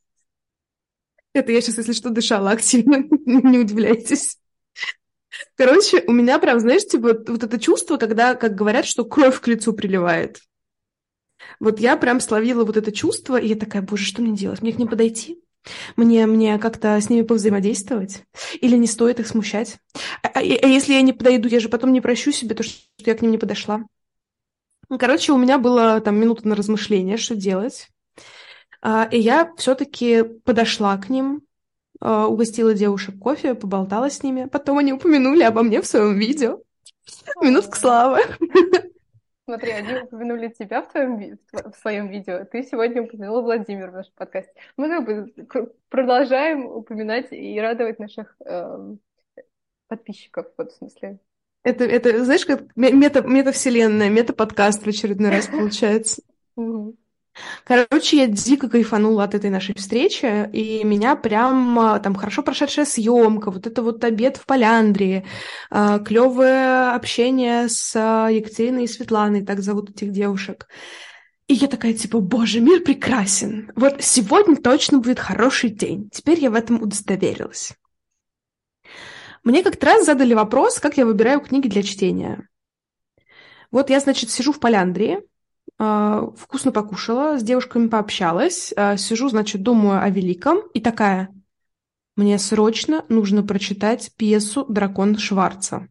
Это я сейчас, если что, дышала активно, не удивляйтесь. Короче, у меня прям, знаешь, типа вот, вот это чувство, когда, как говорят, что кровь к лицу приливает. Вот я прям словила вот это чувство, и я такая, боже, что мне делать? Мне к ним подойти? Мне, мне как-то с ними повзаимодействовать? Или не стоит их смущать? А, а- а если я не подойду, я же потом не прощу себе то, что я к ним не подошла. Ну, короче, у меня было там минута на размышление, что делать. А, и я все-таки подошла к ним, э, угостила девушек кофе, поболтала с ними. Потом они упомянули обо мне в своем видео. Минутка О, славы. смотри, они упомянули тебя в твоем ви- в тво- в своем видео. Ты сегодня упомянула Владимира в нашем подкасте. Мы как бы к- продолжаем упоминать и радовать наших эм, подписчиков, вот в смысле. Это, это, знаешь, как ме- мета, метавселенная, мета-подкаст в очередной раз получается. Мгм. Короче, я дико кайфанула от этой нашей встречи, и меня прям а, там хорошо прошедшая съемка, вот это вот обед в Поляндрии, клевое общение с а, Екатериной и Светланой, так зовут этих девушек. И я такая, типа, боже, мир прекрасен. Вот сегодня точно будет хороший день. Теперь я в этом удостоверилась. Мне как-то раз задали вопрос, как я выбираю книги для чтения. Вот я, значит, сижу в Поляндрии, а, вкусно покушала, с девушками пообщалась, а, сижу, значит, думаю о великом, и такая, мне срочно нужно прочитать пьесу «Дракон Шварца».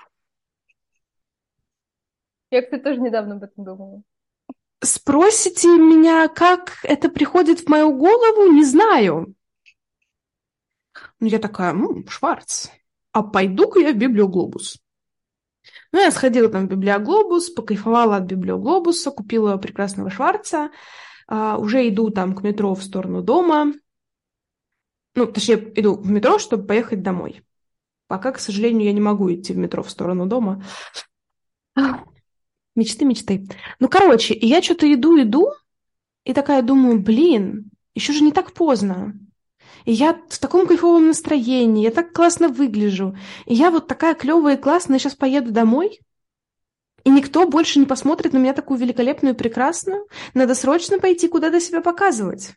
Я, кстати, тоже недавно об этом думала. Спросите меня, как это приходит в мою голову, не знаю. Ну, я такая, «М, Шварц, а пойду-ка я в Библиоглобус». Ну, я сходила там в Библиоглобус, покайфовала от Библиоглобуса, купила прекрасного Шварца, а, уже иду там к метро в сторону дома. Ну, точнее, иду в метро, чтобы поехать домой. Пока, к сожалению, я не могу идти в метро в сторону дома. Ах, мечты, мечты. Ну, короче, и я что-то иду, иду, и такая думаю, блин, еще же не так поздно. И я в таком кайфовом настроении, я так классно выгляжу. И я вот такая клевая и классная, сейчас поеду домой, и никто больше не посмотрит на меня такую великолепную и прекрасную. Надо срочно пойти куда-то себя показывать.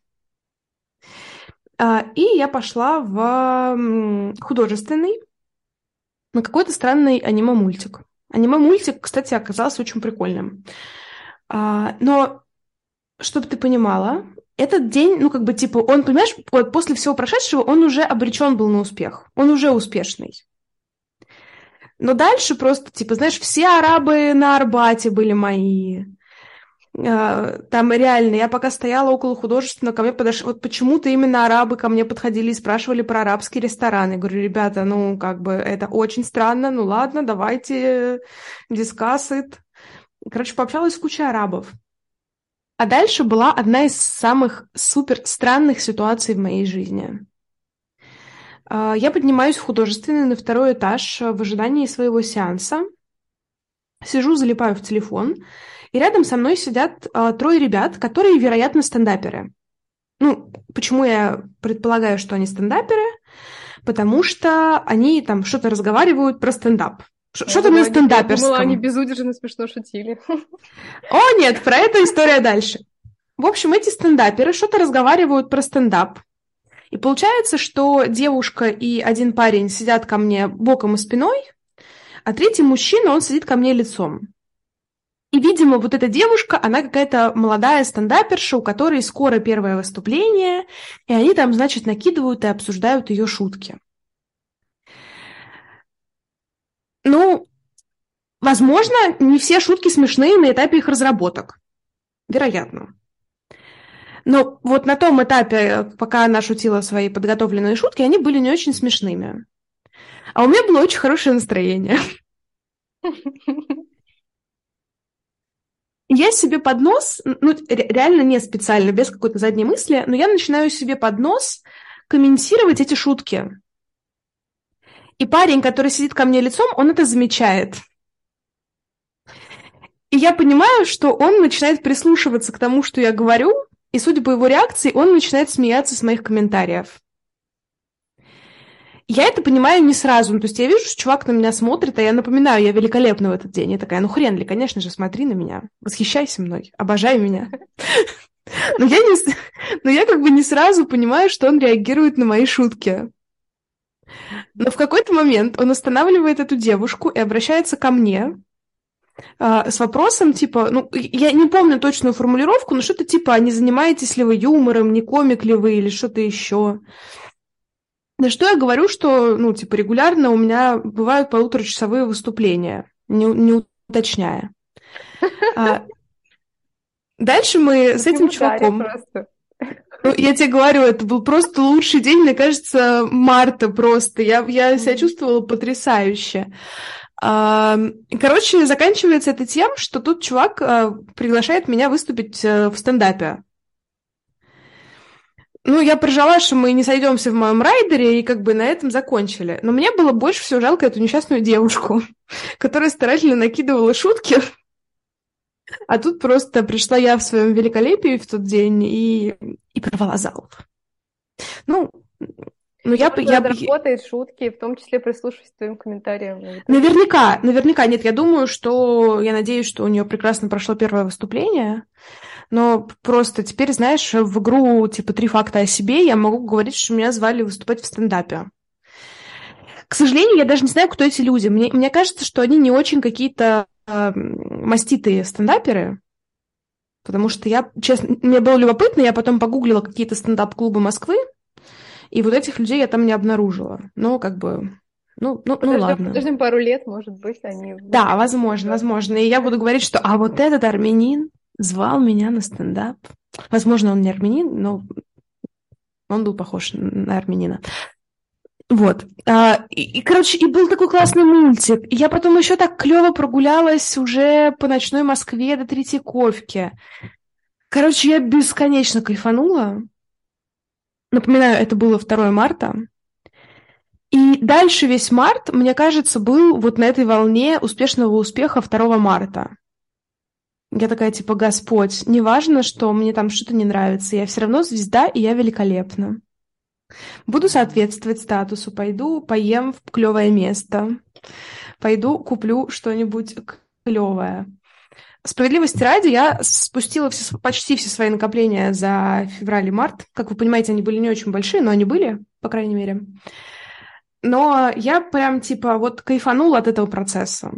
А, И я пошла в м, художественный, на какой-то странный аниме-мультик. Аниме-мультик, кстати, оказался очень прикольным. А, Но, чтобы ты понимала, этот день, ну, как бы, типа, он, понимаешь, вот после всего прошедшего он уже обречен был на успех. Он уже успешный. Но дальше просто, типа, знаешь, все арабы на Арбате были мои. А, Там реально, я пока стояла около художественного, ко мне подошли, вот почему-то именно арабы ко мне подходили и спрашивали про арабские рестораны. Я говорю, ребята, ну, как бы, это очень странно, ну, ладно, давайте discuss it. Короче, пообщалась с кучей арабов. А дальше была одна из самых супер странных ситуаций в моей жизни. А, Я поднимаюсь в художественный на второй этаж в ожидании своего сеанса. Сижу, залипаю в телефон, и рядом со мной сидят а, трое ребят, которые, вероятно, стендаперы. Ну, почему я предполагаю, что они стендаперы? Потому что они там что-то разговаривают про стендап. Ш- Я Что-то на думала, они, я думала, они стендаперском. безудержно смешно шутили. О, нет, про эту история дальше. В общем, эти стендаперы что-то разговаривают про стендап. И получается, что девушка и один парень сидят ко мне боком и спиной, а третий мужчина, он сидит ко мне лицом. И, видимо, вот эта девушка, она какая-то молодая стендаперша, у которой скоро первое выступление, и они там, значит, накидывают и обсуждают ее шутки. Ну, возможно, не все шутки смешные на этапе их разработок. Вероятно. Но вот на том этапе, пока она шутила свои подготовленные шутки, они были не очень смешными. А у меня было очень хорошее настроение. Я себе под нос, ну, реально не специально, без какой-то задней мысли, но я начинаю себе под нос комментировать эти шутки. И парень, который сидит ко мне лицом, он это замечает. И я понимаю, что он начинает прислушиваться к тому, что я говорю, и, судя по его реакции, он начинает смеяться с моих комментариев. Я это понимаю не сразу. Ну, то есть я вижу, что чувак на меня смотрит, а я напоминаю, я великолепна в этот день. Я такая, ну хрен ли, конечно же, смотри на меня, восхищайся мной, обожай меня. Но я, не, но я как бы не сразу понимаю, что он реагирует на мои шутки. Но в какой-то момент он останавливает эту девушку и обращается ко мне а, с вопросом, типа, ну, я не помню точную формулировку, но что-то типа, а не занимаетесь ли вы юмором, не комик ли вы или что-то еще. На что я говорю, что, ну, типа, регулярно у меня бывают полуторачасовые выступления, не, не уточняя. А дальше мы с этим Почему Дарья чуваком... просто? Ну, я тебе говорю, это был просто лучший день, мне кажется, марта просто. Я, я себя чувствовала потрясающе. А, Короче, заканчивается это тем, что тут чувак а, приглашает меня выступить а, в стендапе. Ну, я прожала, что мы не сойдемся в моем райдере, и как бы на этом закончили. Но мне было больше всего жалко эту несчастную девушку, которая старательно накидывала шутки, а тут просто пришла я в своем великолепии в тот день и, и порвала зал. Ну, ну я... Может, я, она доработает шутки, в том числе прислушиваясь к твоим комментариям. Наверняка, наверняка. Нет, я думаю, что... Я надеюсь, что у нее прекрасно прошло первое выступление, но просто теперь, знаешь, в игру типа «Три факта о себе» я могу говорить, что меня звали выступать в стендапе. К сожалению, я даже не знаю, кто эти люди. Мне, мне кажется, что они не очень какие-то э, маститые стендаперы, потому что я, честно, мне было любопытно, я потом погуглила какие-то стендап-клубы Москвы, и вот этих людей я там не обнаружила. Ну, как бы, ну, ну, подождем, ну ладно. Подождем пару лет, может быть, они... Да, возможно, возможно. И я буду говорить, что а вот этот армянин звал меня на стендап. Возможно, он не армянин, но он был похож на армянина. Вот. А, и, и, короче, и был такой классный мультик. И я потом еще так клево прогулялась уже по ночной Москве до Третьяковки. Короче, я бесконечно кайфанула. Напоминаю, это было второе марта. И дальше весь март, мне кажется, был вот на этой волне успешного успеха второго марта. Я такая, типа, Господь, неважно, что мне там что-то не нравится, я все равно звезда, и я великолепна. Буду соответствовать статусу, пойду поем в клевое место, пойду куплю что-нибудь клевое. Справедливости ради, я спустила все, почти все свои накопления за февраль и март. Как вы понимаете, они были не очень большие, но они были, по крайней мере. Но я прям, типа, вот кайфанула от этого процесса.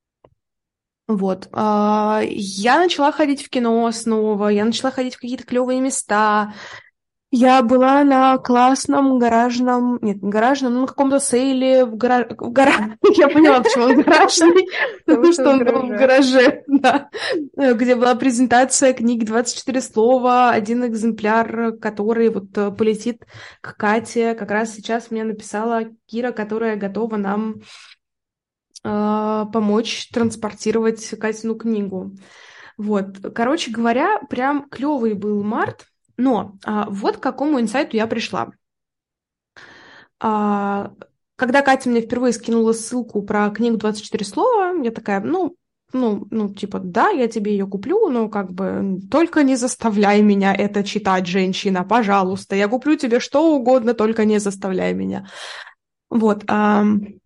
Вот. Я начала ходить в кино снова, я начала ходить в какие-то клевые места. Я была на классном гаражном, нет, не гаражном, ну, на каком-то сейле в, гара... в гараже. Я поняла, почему он гаражный, потому что он был в гараже, да. Где была презентация книги двадцать четыре слова, один экземпляр, который вот полетит к Кате. Как раз сейчас мне написала Кира, которая готова нам помочь транспортировать Катину книгу. Вот. Короче говоря, прям клевый был март, но а, вот к какому инсайту я пришла. А, когда Катя мне впервые скинула ссылку про книгу двадцать четыре слова, я такая, ну, ну, ну, типа, да, я тебе ее куплю, но как бы только не заставляй меня это читать, женщина, пожалуйста. Я куплю тебе что угодно, только не заставляй меня. Вот. А,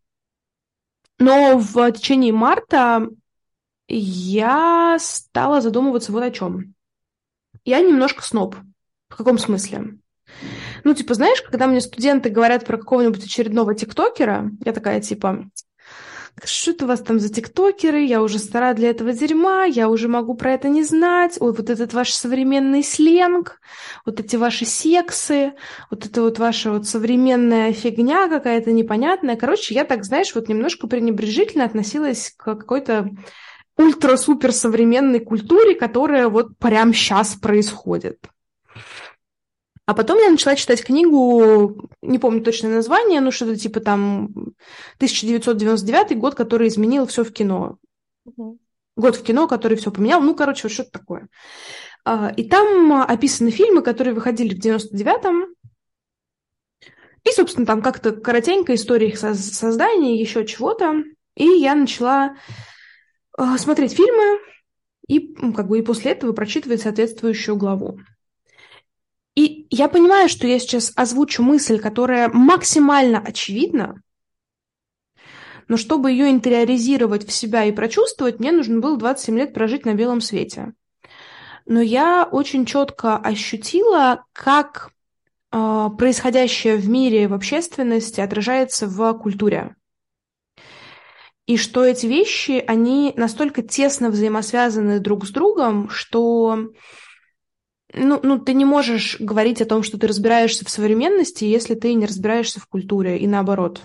но в течение марта я стала задумываться вот о чем. Я немножко сноб. В каком смысле? Ну, типа, знаешь, когда мне студенты говорят про какого-нибудь очередного тиктокера, я такая, типа, что это у вас там за тиктокеры? Я уже стара для этого дерьма, я уже могу про это не знать. Ой, вот этот ваш современный сленг, вот эти ваши сексы, вот это вот ваша вот современная фигня какая-то непонятная. Короче, я так, знаешь, вот немножко пренебрежительно относилась к какой-то ультра-супер современной культуре, которая вот прямо сейчас происходит. А потом я начала читать книгу, не помню точное название, но что-то типа там тысяча девятьсот девяносто девятый год, который изменил все в кино. Uh-huh. Год в кино, который все поменял. Ну, короче, вот что-то такое. И там описаны фильмы, которые выходили в девяносто девятом. И, собственно, там как-то коротенькая история их создания, еще чего-то. И я начала смотреть фильмы и, как бы, и после этого прочитывать соответствующую главу. И я понимаю, что я сейчас озвучу мысль, которая максимально очевидна, но чтобы ее интериоризировать в себя и прочувствовать, мне нужно было двадцать семь лет прожить на белом свете. Но я очень четко ощутила, как э, происходящее в мире, в общественности отражается в культуре. И что эти вещи, они настолько тесно взаимосвязаны друг с другом, что... Ну, ну, ты не можешь говорить о том, что ты разбираешься в современности, если ты не разбираешься в культуре, и наоборот.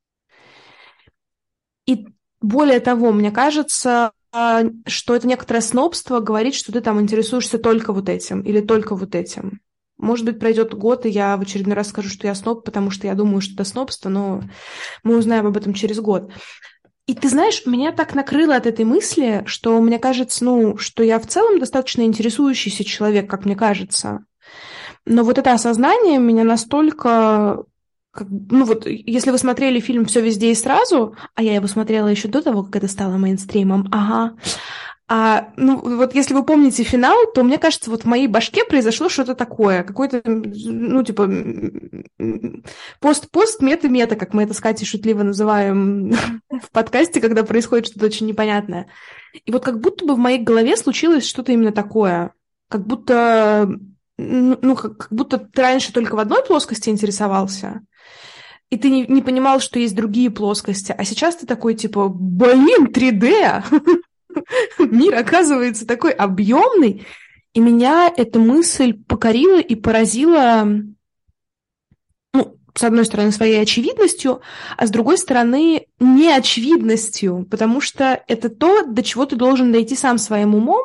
И более того, мне кажется, что это некоторое снобство говорить, что ты там интересуешься только вот этим или только вот этим. Может быть, пройдет год, и я в очередной раз скажу, что я сноб, потому что я думаю, что это снобство, но мы узнаем об этом через год. И ты знаешь, меня так накрыло от этой мысли, что мне кажется, ну, что я в целом достаточно интересующийся человек, как мне кажется. Но вот это осознание меня настолько... Как, ну вот, если вы смотрели фильм «Все везде и сразу», а я его смотрела еще до того, как это стало мейнстримом, ага, а, ну вот если вы помните финал, то мне кажется, вот в моей башке произошло что-то такое, какой-то, ну типа, пост-пост, мета-мета, как мы это с Катей шутливо называем в подкасте, когда происходит что-то очень непонятное. И вот как будто бы в моей голове случилось что-то именно такое, как будто, ну, как, как будто ты раньше только в одной плоскости интересовался, и ты не, не понимал, что есть другие плоскости, а сейчас ты такой, типа, блин, три дэ! Мир оказывается такой объемный, и меня эта мысль покорила и поразила, ну, с одной стороны, своей очевидностью, а с другой стороны, неочевидностью, потому что это то, до чего ты должен дойти сам своим умом,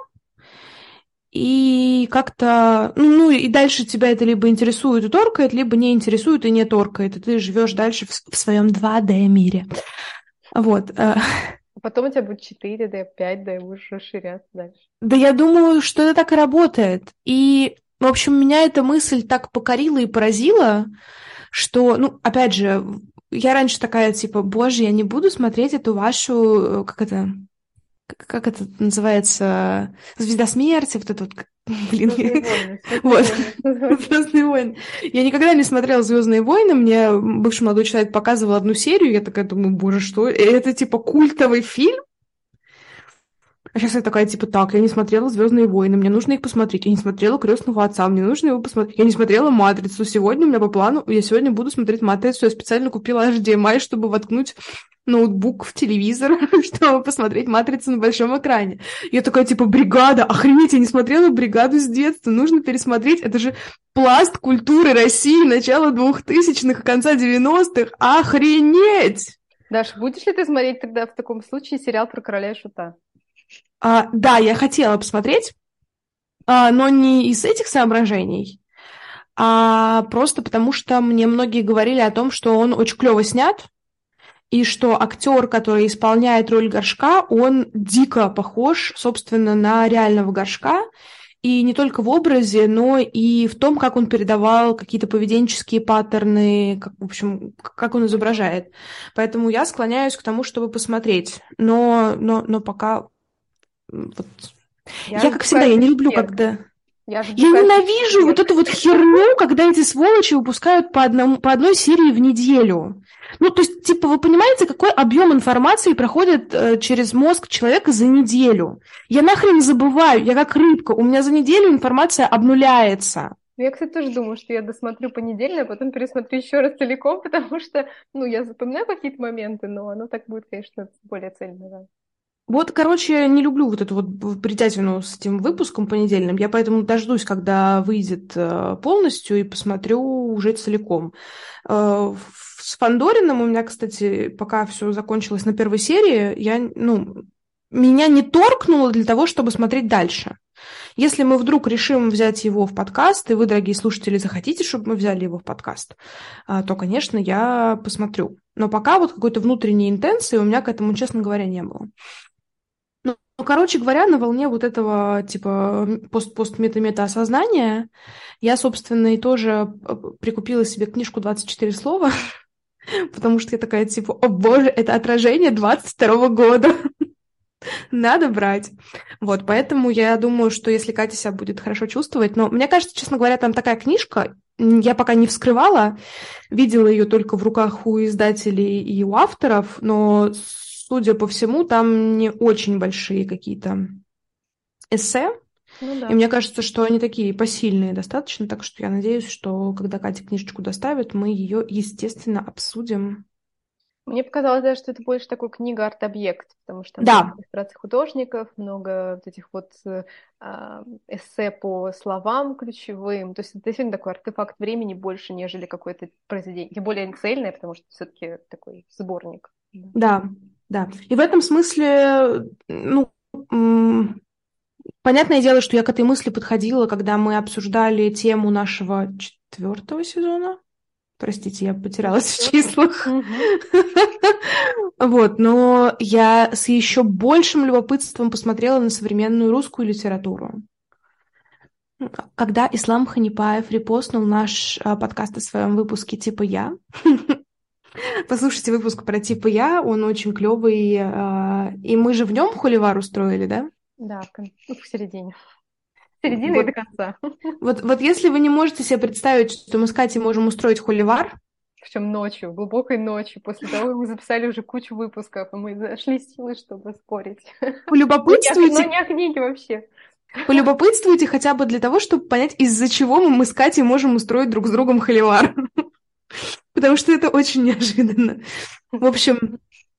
и как-то, ну, ну и дальше тебя это либо интересует и торкает, либо не интересует и не торкает, и ты живешь дальше в, в своем два дэ-мире. Вот. Потом у тебя будет четыре дэ, пять дэ, и будешь расширяться дальше. Да я думаю, что это так и работает. И, в общем, меня эта мысль так покорила и поразила, что, ну, опять же, я раньше такая, типа, боже, я не буду смотреть эту вашу, как это, как это называется, «Звезда смерти», вот это вот, блин. «Звездные войны». Вот, «Звездные войны». Я никогда не смотрела «Звездные войны», мне бывший молодой человек показывал одну серию, я такая думаю, боже, что, это типа культовый фильм? А сейчас я такая, типа, так, я не смотрела «Звездные войны», мне нужно их посмотреть. Я не смотрела «Крестного отца», мне нужно его посмотреть. Я не смотрела «Матрицу». Сегодня у меня по плану, я сегодня буду смотреть «Матрицу». Я специально купила эйч ди эм ай, чтобы воткнуть ноутбук в телевизор, чтобы посмотреть «Матрицу» на большом экране. Я такая, типа, «Бригада». Охренеть, я не смотрела «Бригаду» с детства. Нужно пересмотреть. Это же пласт культуры России начала двухтысячных, конца девяностых. Охренеть! Даш, будешь ли ты смотреть тогда в таком случае сериал про короля и шута? А, да, я хотела посмотреть, а, но не из этих соображений, а просто потому, что мне многие говорили о том, что он очень клево снят, и что актер, который исполняет роль Горшка, он дико похож, собственно, на реального Горшка, и не только в образе, но и в том, как он передавал какие-то поведенческие паттерны, как, в общем, как он изображает. Поэтому я склоняюсь к тому, чтобы посмотреть, но, но, но пока... Вот. Я, Я как всегда, я не люблю, когда... Я, я ненавижу вот эту вот херню, когда эти сволочи выпускают по, одному, по одной серии в неделю. Ну, то есть, типа, вы понимаете, какой объем информации проходит э, через мозг человека за неделю? Я нахрен забываю, я как рыбка, у меня за неделю информация обнуляется. Я, кстати, тоже думаю, что я досмотрю понедельно, а потом пересмотрю еще раз целиком, потому что, ну, я запоминаю какие-то моменты, но оно так будет, конечно, более цельно, да. Вот, короче, не люблю вот эту вот бредятину с этим выпуском понедельным. Я поэтому дождусь, когда выйдет полностью, и посмотрю уже целиком. С Фандориным у меня, кстати, пока все закончилось на первой серии, я, ну, меня не торкнуло для того, чтобы смотреть дальше. Если мы вдруг решим взять его в подкаст, и вы, дорогие слушатели, захотите, чтобы мы взяли его в подкаст, то, конечно, я посмотрю. Но пока вот какой-то внутренней интенции у меня к этому, честно говоря, не было. Ну, короче говоря, на волне вот этого, типа, пост-пост-мета-мета осознания я, собственно, и тоже прикупила себе книжку «двадцать четыре слова», потому что я такая, типа, о боже, это отражение двадцать второго года. Надо брать. Вот, поэтому я думаю, что если Катя себя будет хорошо чувствовать, но мне кажется, честно говоря, там такая книжка, я пока не вскрывала, видела ее только в руках у издателей и у авторов, но, судя по всему, там не очень большие какие-то эссе, ну, да. И мне кажется, что они такие посильные достаточно, так что я надеюсь, что когда Катя книжечку доставит, мы ее, естественно, обсудим. Мне показалось даже, что это больше такой книга арт-объект, потому что там да. много иллюстраций художников, много вот этих вот э, эссе по словам ключевым. То есть это действительно такой артефакт времени больше, нежели какое-то произведение. Тем более цельное, потому что все-таки такой сборник. Да, да. И в этом смысле, ну, Понятное дело, что я к этой мысли подходила, когда мы обсуждали тему нашего четвертого сезона. Простите, я потерялась в числах. Вот, но я с еще большим любопытством посмотрела на современную русскую литературу. Когда Ислам Ханипаев репостнул наш а, подкаст о своем выпуске «Типа я», послушайте выпуск про «Типа я», он очень клевый, а, и мы же в нем холивар устроили, да? Да, в, кон... в середине. С середины вот, и до конца. Вот, вот если вы не можете себе представить, что мы с Катей можем устроить холивар, причем ночью, глубокой ночью, после того, как мы записали уже кучу выпусков, и мы нашли силы, чтобы спорить. полюбопытствуйте. Но не о книге вообще. Полюбопытствуйте хотя бы для того, чтобы понять, из-за чего мы, мы с Катей можем устроить друг с другом холивар. Потому что это очень неожиданно. В общем,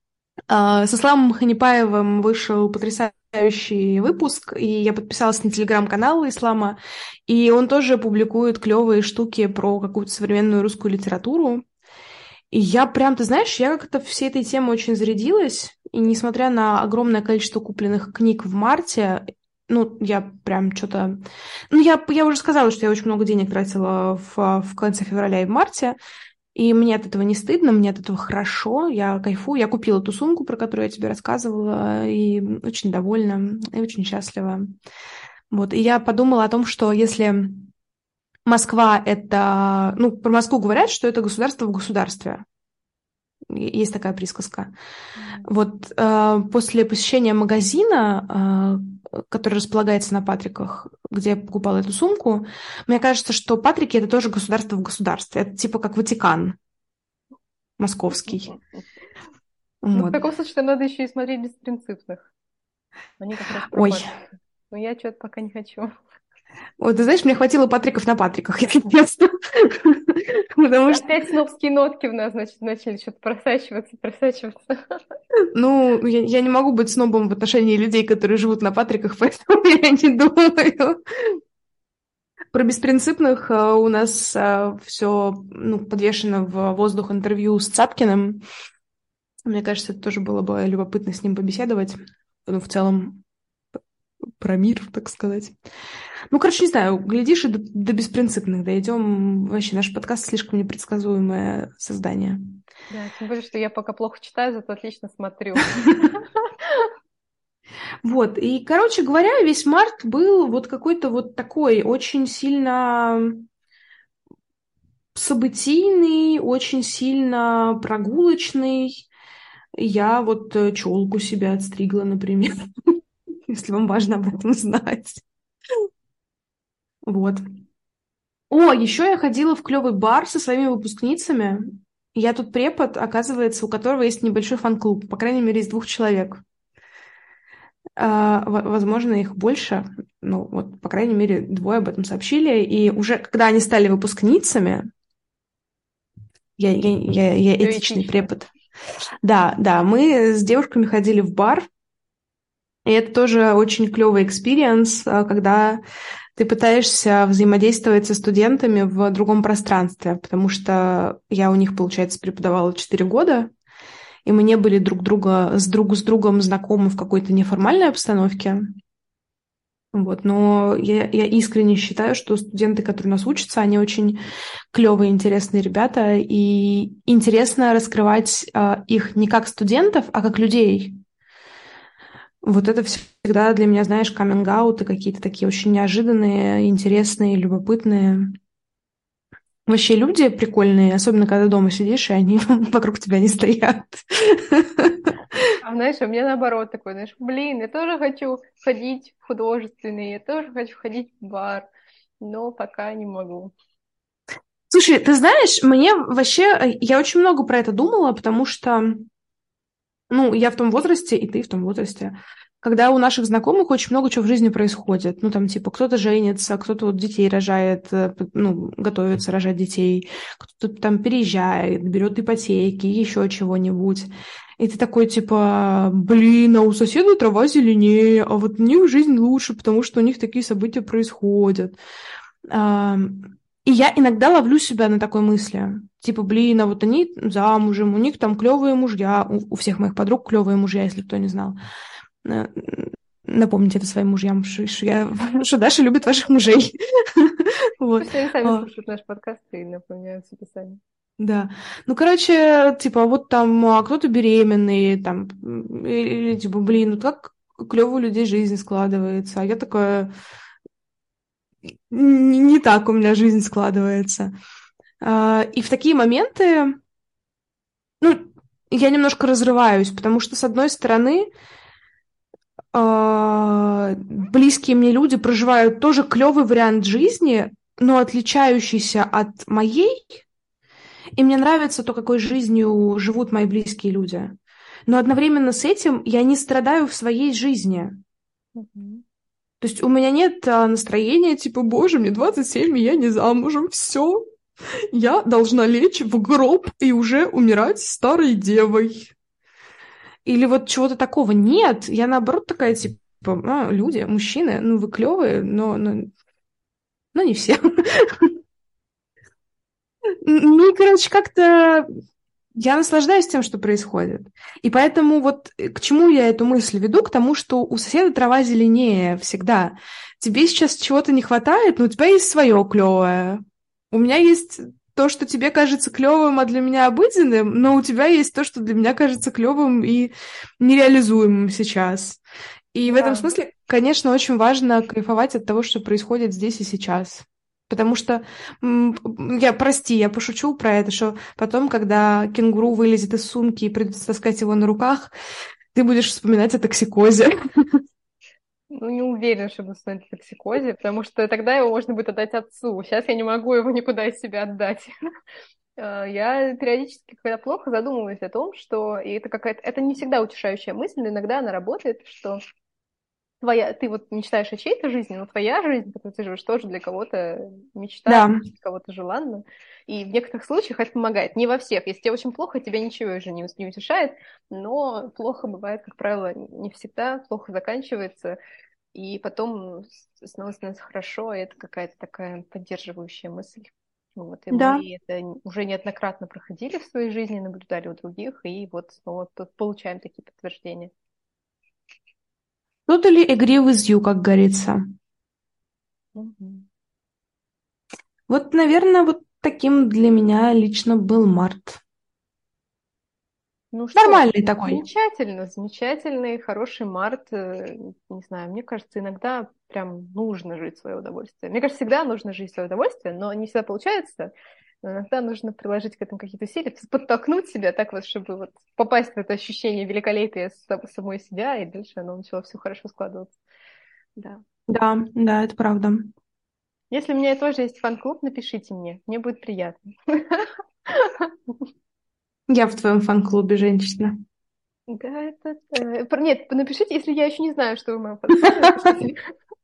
с Исламом Ханипаевым вышел потрясающий выпуск, и я подписалась на телеграм-канал Ислама, и он тоже публикует клевые штуки про какую-то современную русскую литературу. И я прям, ты знаешь, я как-то всей этой темой очень зарядилась, и несмотря на огромное количество купленных книг в марте, ну, я прям что-то... Ну, я, я уже сказала, что я очень много денег тратила в, в конце февраля и в марте, и мне от этого не стыдно, мне от этого хорошо, я кайфую. Я купила ту сумку, про которую я тебе рассказывала, и очень довольна, и очень счастлива. Вот, и я подумала о том, что если Москва — это... Ну, про Москву говорят, что это государство в государстве. Есть такая присказка. Mm-hmm. Вот э, после посещения магазина, э, который располагается на Патриках, где я покупала эту сумку, мне кажется, что Патрики — это тоже государство в государстве. Это типа как Ватикан московский. Mm-hmm. Ну, вот. в таком случае надо еще и смотреть «Беспринципных». Они как раз про Ой. Патрики. Но я что-то пока не хочу. Вот, ты знаешь, мне хватило Патриков на Патриках, если честно. Потому что... Опять снобские нотки в нас, значит, начали что-то просачиваться, просачиваться. Ну, я, я не могу быть снобом в отношении людей, которые живут на Патриках, поэтому я не думаю. Про беспринципных у нас все ну, подвешено в воздух интервью с Цапкиным. Мне кажется, это тоже было бы любопытно с ним побеседовать. Ну, в целом, про мир, так сказать. Ну, короче, не знаю, глядишь, и до, до беспринципных дойдем. Вообще, наш подкаст слишком непредсказуемое создание. Да, тем более, что я пока плохо читаю, зато отлично смотрю. Вот, и, короче говоря, весь март был вот какой-то вот такой очень сильно событийный, очень сильно прогулочный. Я вот челку себя отстригла, например, если вам важно об этом знать. Вот. О, еще я ходила в клевый бар со своими выпускницами. Я тут препод, оказывается, у которого есть небольшой фан-клуб, по крайней мере, из двух человек. А, возможно, их больше. Ну, вот, по крайней мере, двое об этом сообщили. И уже когда они стали выпускницами, я, я, я, я этичный препод. Да, да, мы с девушками ходили в бар. И это тоже очень клевый экспириенс, когда ты пытаешься взаимодействовать со студентами в другом пространстве, потому что я у них, получается, преподавала четыре года, и мы не были друг друга с друг с другом знакомы в какой-то неформальной обстановке. Вот, но я, я искренне считаю, что студенты, которые у нас учатся, они очень клевые, интересные ребята, и интересно раскрывать а, их не как студентов, а как людей. Вот это всегда для меня, знаешь, каминг-ауты какие-то такие очень неожиданные, интересные, любопытные. Вообще люди прикольные, особенно когда дома сидишь, и они вокруг тебя не стоят. А знаешь, у меня наоборот такой, знаешь, блин, я тоже хочу ходить в художественный, я тоже хочу ходить в бар, но пока не могу. Слушай, ты знаешь, мне вообще, я очень много про это думала, потому что, ну, я в том возрасте, и ты в том возрасте, когда у наших знакомых очень много чего в жизни происходит. Ну, там, типа, кто-то женится, кто-то вот детей рожает, ну, готовится рожать детей, кто-то там переезжает, берет ипотеки, еще чего-нибудь. И ты такой, типа, блин, а у соседа трава зеленее, а вот у них жизнь лучше, потому что у них такие события происходят. И я иногда ловлю себя на такой мысли. Типа, блин, а вот они замужем, у них там клевые мужья, у всех моих подруг клевые мужья, если кто не знал. напомните это своим мужьям, что, что я, что Даша любит ваших мужей. Вот. Пусть они сами А, слушают наш подкаст и напоминают себе сами. Да. Ну, короче, типа, вот там а кто-то беременный, там, м, или, типа, блин, вот как клево у людей жизнь складывается. А я такая, не, не так у меня жизнь складывается. А, и в такие моменты, ну, я немножко разрываюсь, потому что, с одной стороны, а, близкие мне люди проживают тоже клевый вариант жизни, но отличающийся от моей, и мне нравится то, какой жизнью живут мои близкие люди. Но одновременно с этим я не страдаю в своей жизни. Мгм. То есть у меня нет а, настроения, типа, боже, мне двадцать семь, и я не замужем, все, я должна лечь в гроб и уже умирать старой девой. Или вот чего-то такого. Нет, я наоборот такая, типа, а, люди, мужчины, ну вы клевые, но, но, но не все. Ну, короче, как-то я наслаждаюсь тем, что происходит. И поэтому вот э, к чему я эту мысль веду? К тому, что у соседа трава зеленее всегда. Тебе сейчас чего-то не хватает, но у тебя есть свое клевое. У меня есть то, что тебе кажется клевым, а для меня обыденным, но у тебя есть то, что для меня кажется клевым и нереализуемым сейчас. И в этом Да. смысле, конечно, очень важно кайфовать от того, что происходит здесь и сейчас. Потому что, м, я, прости, я пошучу про это, что потом, когда кенгуру вылезет из сумки и придется таскать его на руках, ты будешь вспоминать о токсикозе. Ну, не уверена, что буду становиться в токсикозе, потому что тогда его можно будет отдать отцу. Сейчас я не могу его никуда из себя отдать. Э, Я периодически, когда плохо, задумываюсь о том, что и это какая-то, это не всегда утешающая мысль, но иногда она работает, что твоя, ты вот мечтаешь о чьей-то жизни, но твоя жизнь, которую ты живешь, тоже для кого-то мечта, Да, для кого-то желанна. И в некоторых случаях это помогает. Не во всех. Если тебе очень плохо, тебя ничего уже не, не утешает, но плохо бывает, как правило, не всегда, плохо заканчивается, и потом снова становится хорошо, и это какая-то такая поддерживающая мысль. Вот, и да. мы это уже неоднократно проходили в своей жизни, наблюдали у других, и вот снова тут получаем такие подтверждения. Totally agree with you, как говорится. Мгм. Вот, наверное, вот таким для меня лично был март. Ну что ж, Нормальный такой. замечательно, замечательный, хороший март. э, Не знаю, мне кажется, иногда прям нужно жить в свое удовольствие. Мне кажется, всегда нужно жить в свое удовольствие, но не всегда получается. Но иногда нужно приложить к этому какие-то усилия, подтолкнуть себя так вот, чтобы вот попасть в это ощущение великолепия са- самой себя, и дальше оно начало все хорошо складываться. Да. Да, да, это правда. Если у меня тоже есть фан-клуб, напишите мне, мне будет приятно. Я в твоем фан-клубе, женщина. Да, это... э, про- Нет, напишите, если я еще не знаю, что вы в моем фан-клубе, напишите.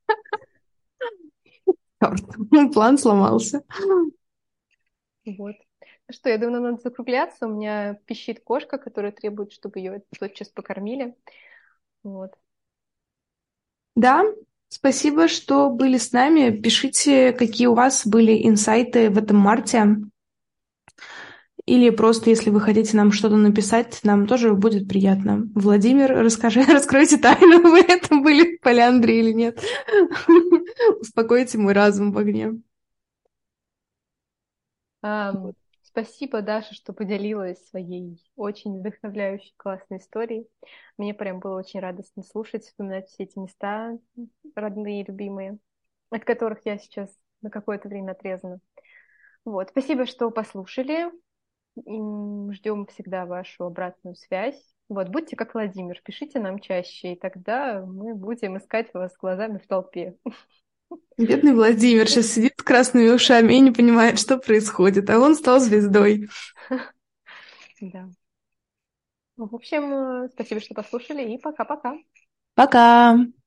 Чёрт, план сломался. Вот. Ну что, я думаю, нам надо закругляться. У меня пищит кошка, которая требует, чтобы ее тотчас покормили. Вот. Да, спасибо, что были с нами. Пишите, какие у вас были инсайты в этом марте. Или просто, если вы хотите нам что-то написать, нам тоже будет приятно. Владимир, расскажи, раскройте тайну, вы это были в Поляндрии или нет. Успокойте мой разум в огне. Ам, спасибо, Даша, что поделилась своей очень вдохновляющей, классной историей. Мне прям было очень радостно слушать, вспоминать все эти места родные, любимые, от которых я сейчас на какое-то время отрезана. Вот. Спасибо, что послушали. М, Ждем всегда вашу обратную связь. Вот, будьте как Владимир, пишите нам чаще, и тогда мы будем искать вас глазами в толпе. Бедный Владимир сейчас сидит с красными ушами и не понимает, что происходит, а он стал звездой. Да. Ну, в общем, э, спасибо, что послушали, и пока-пока. Пока!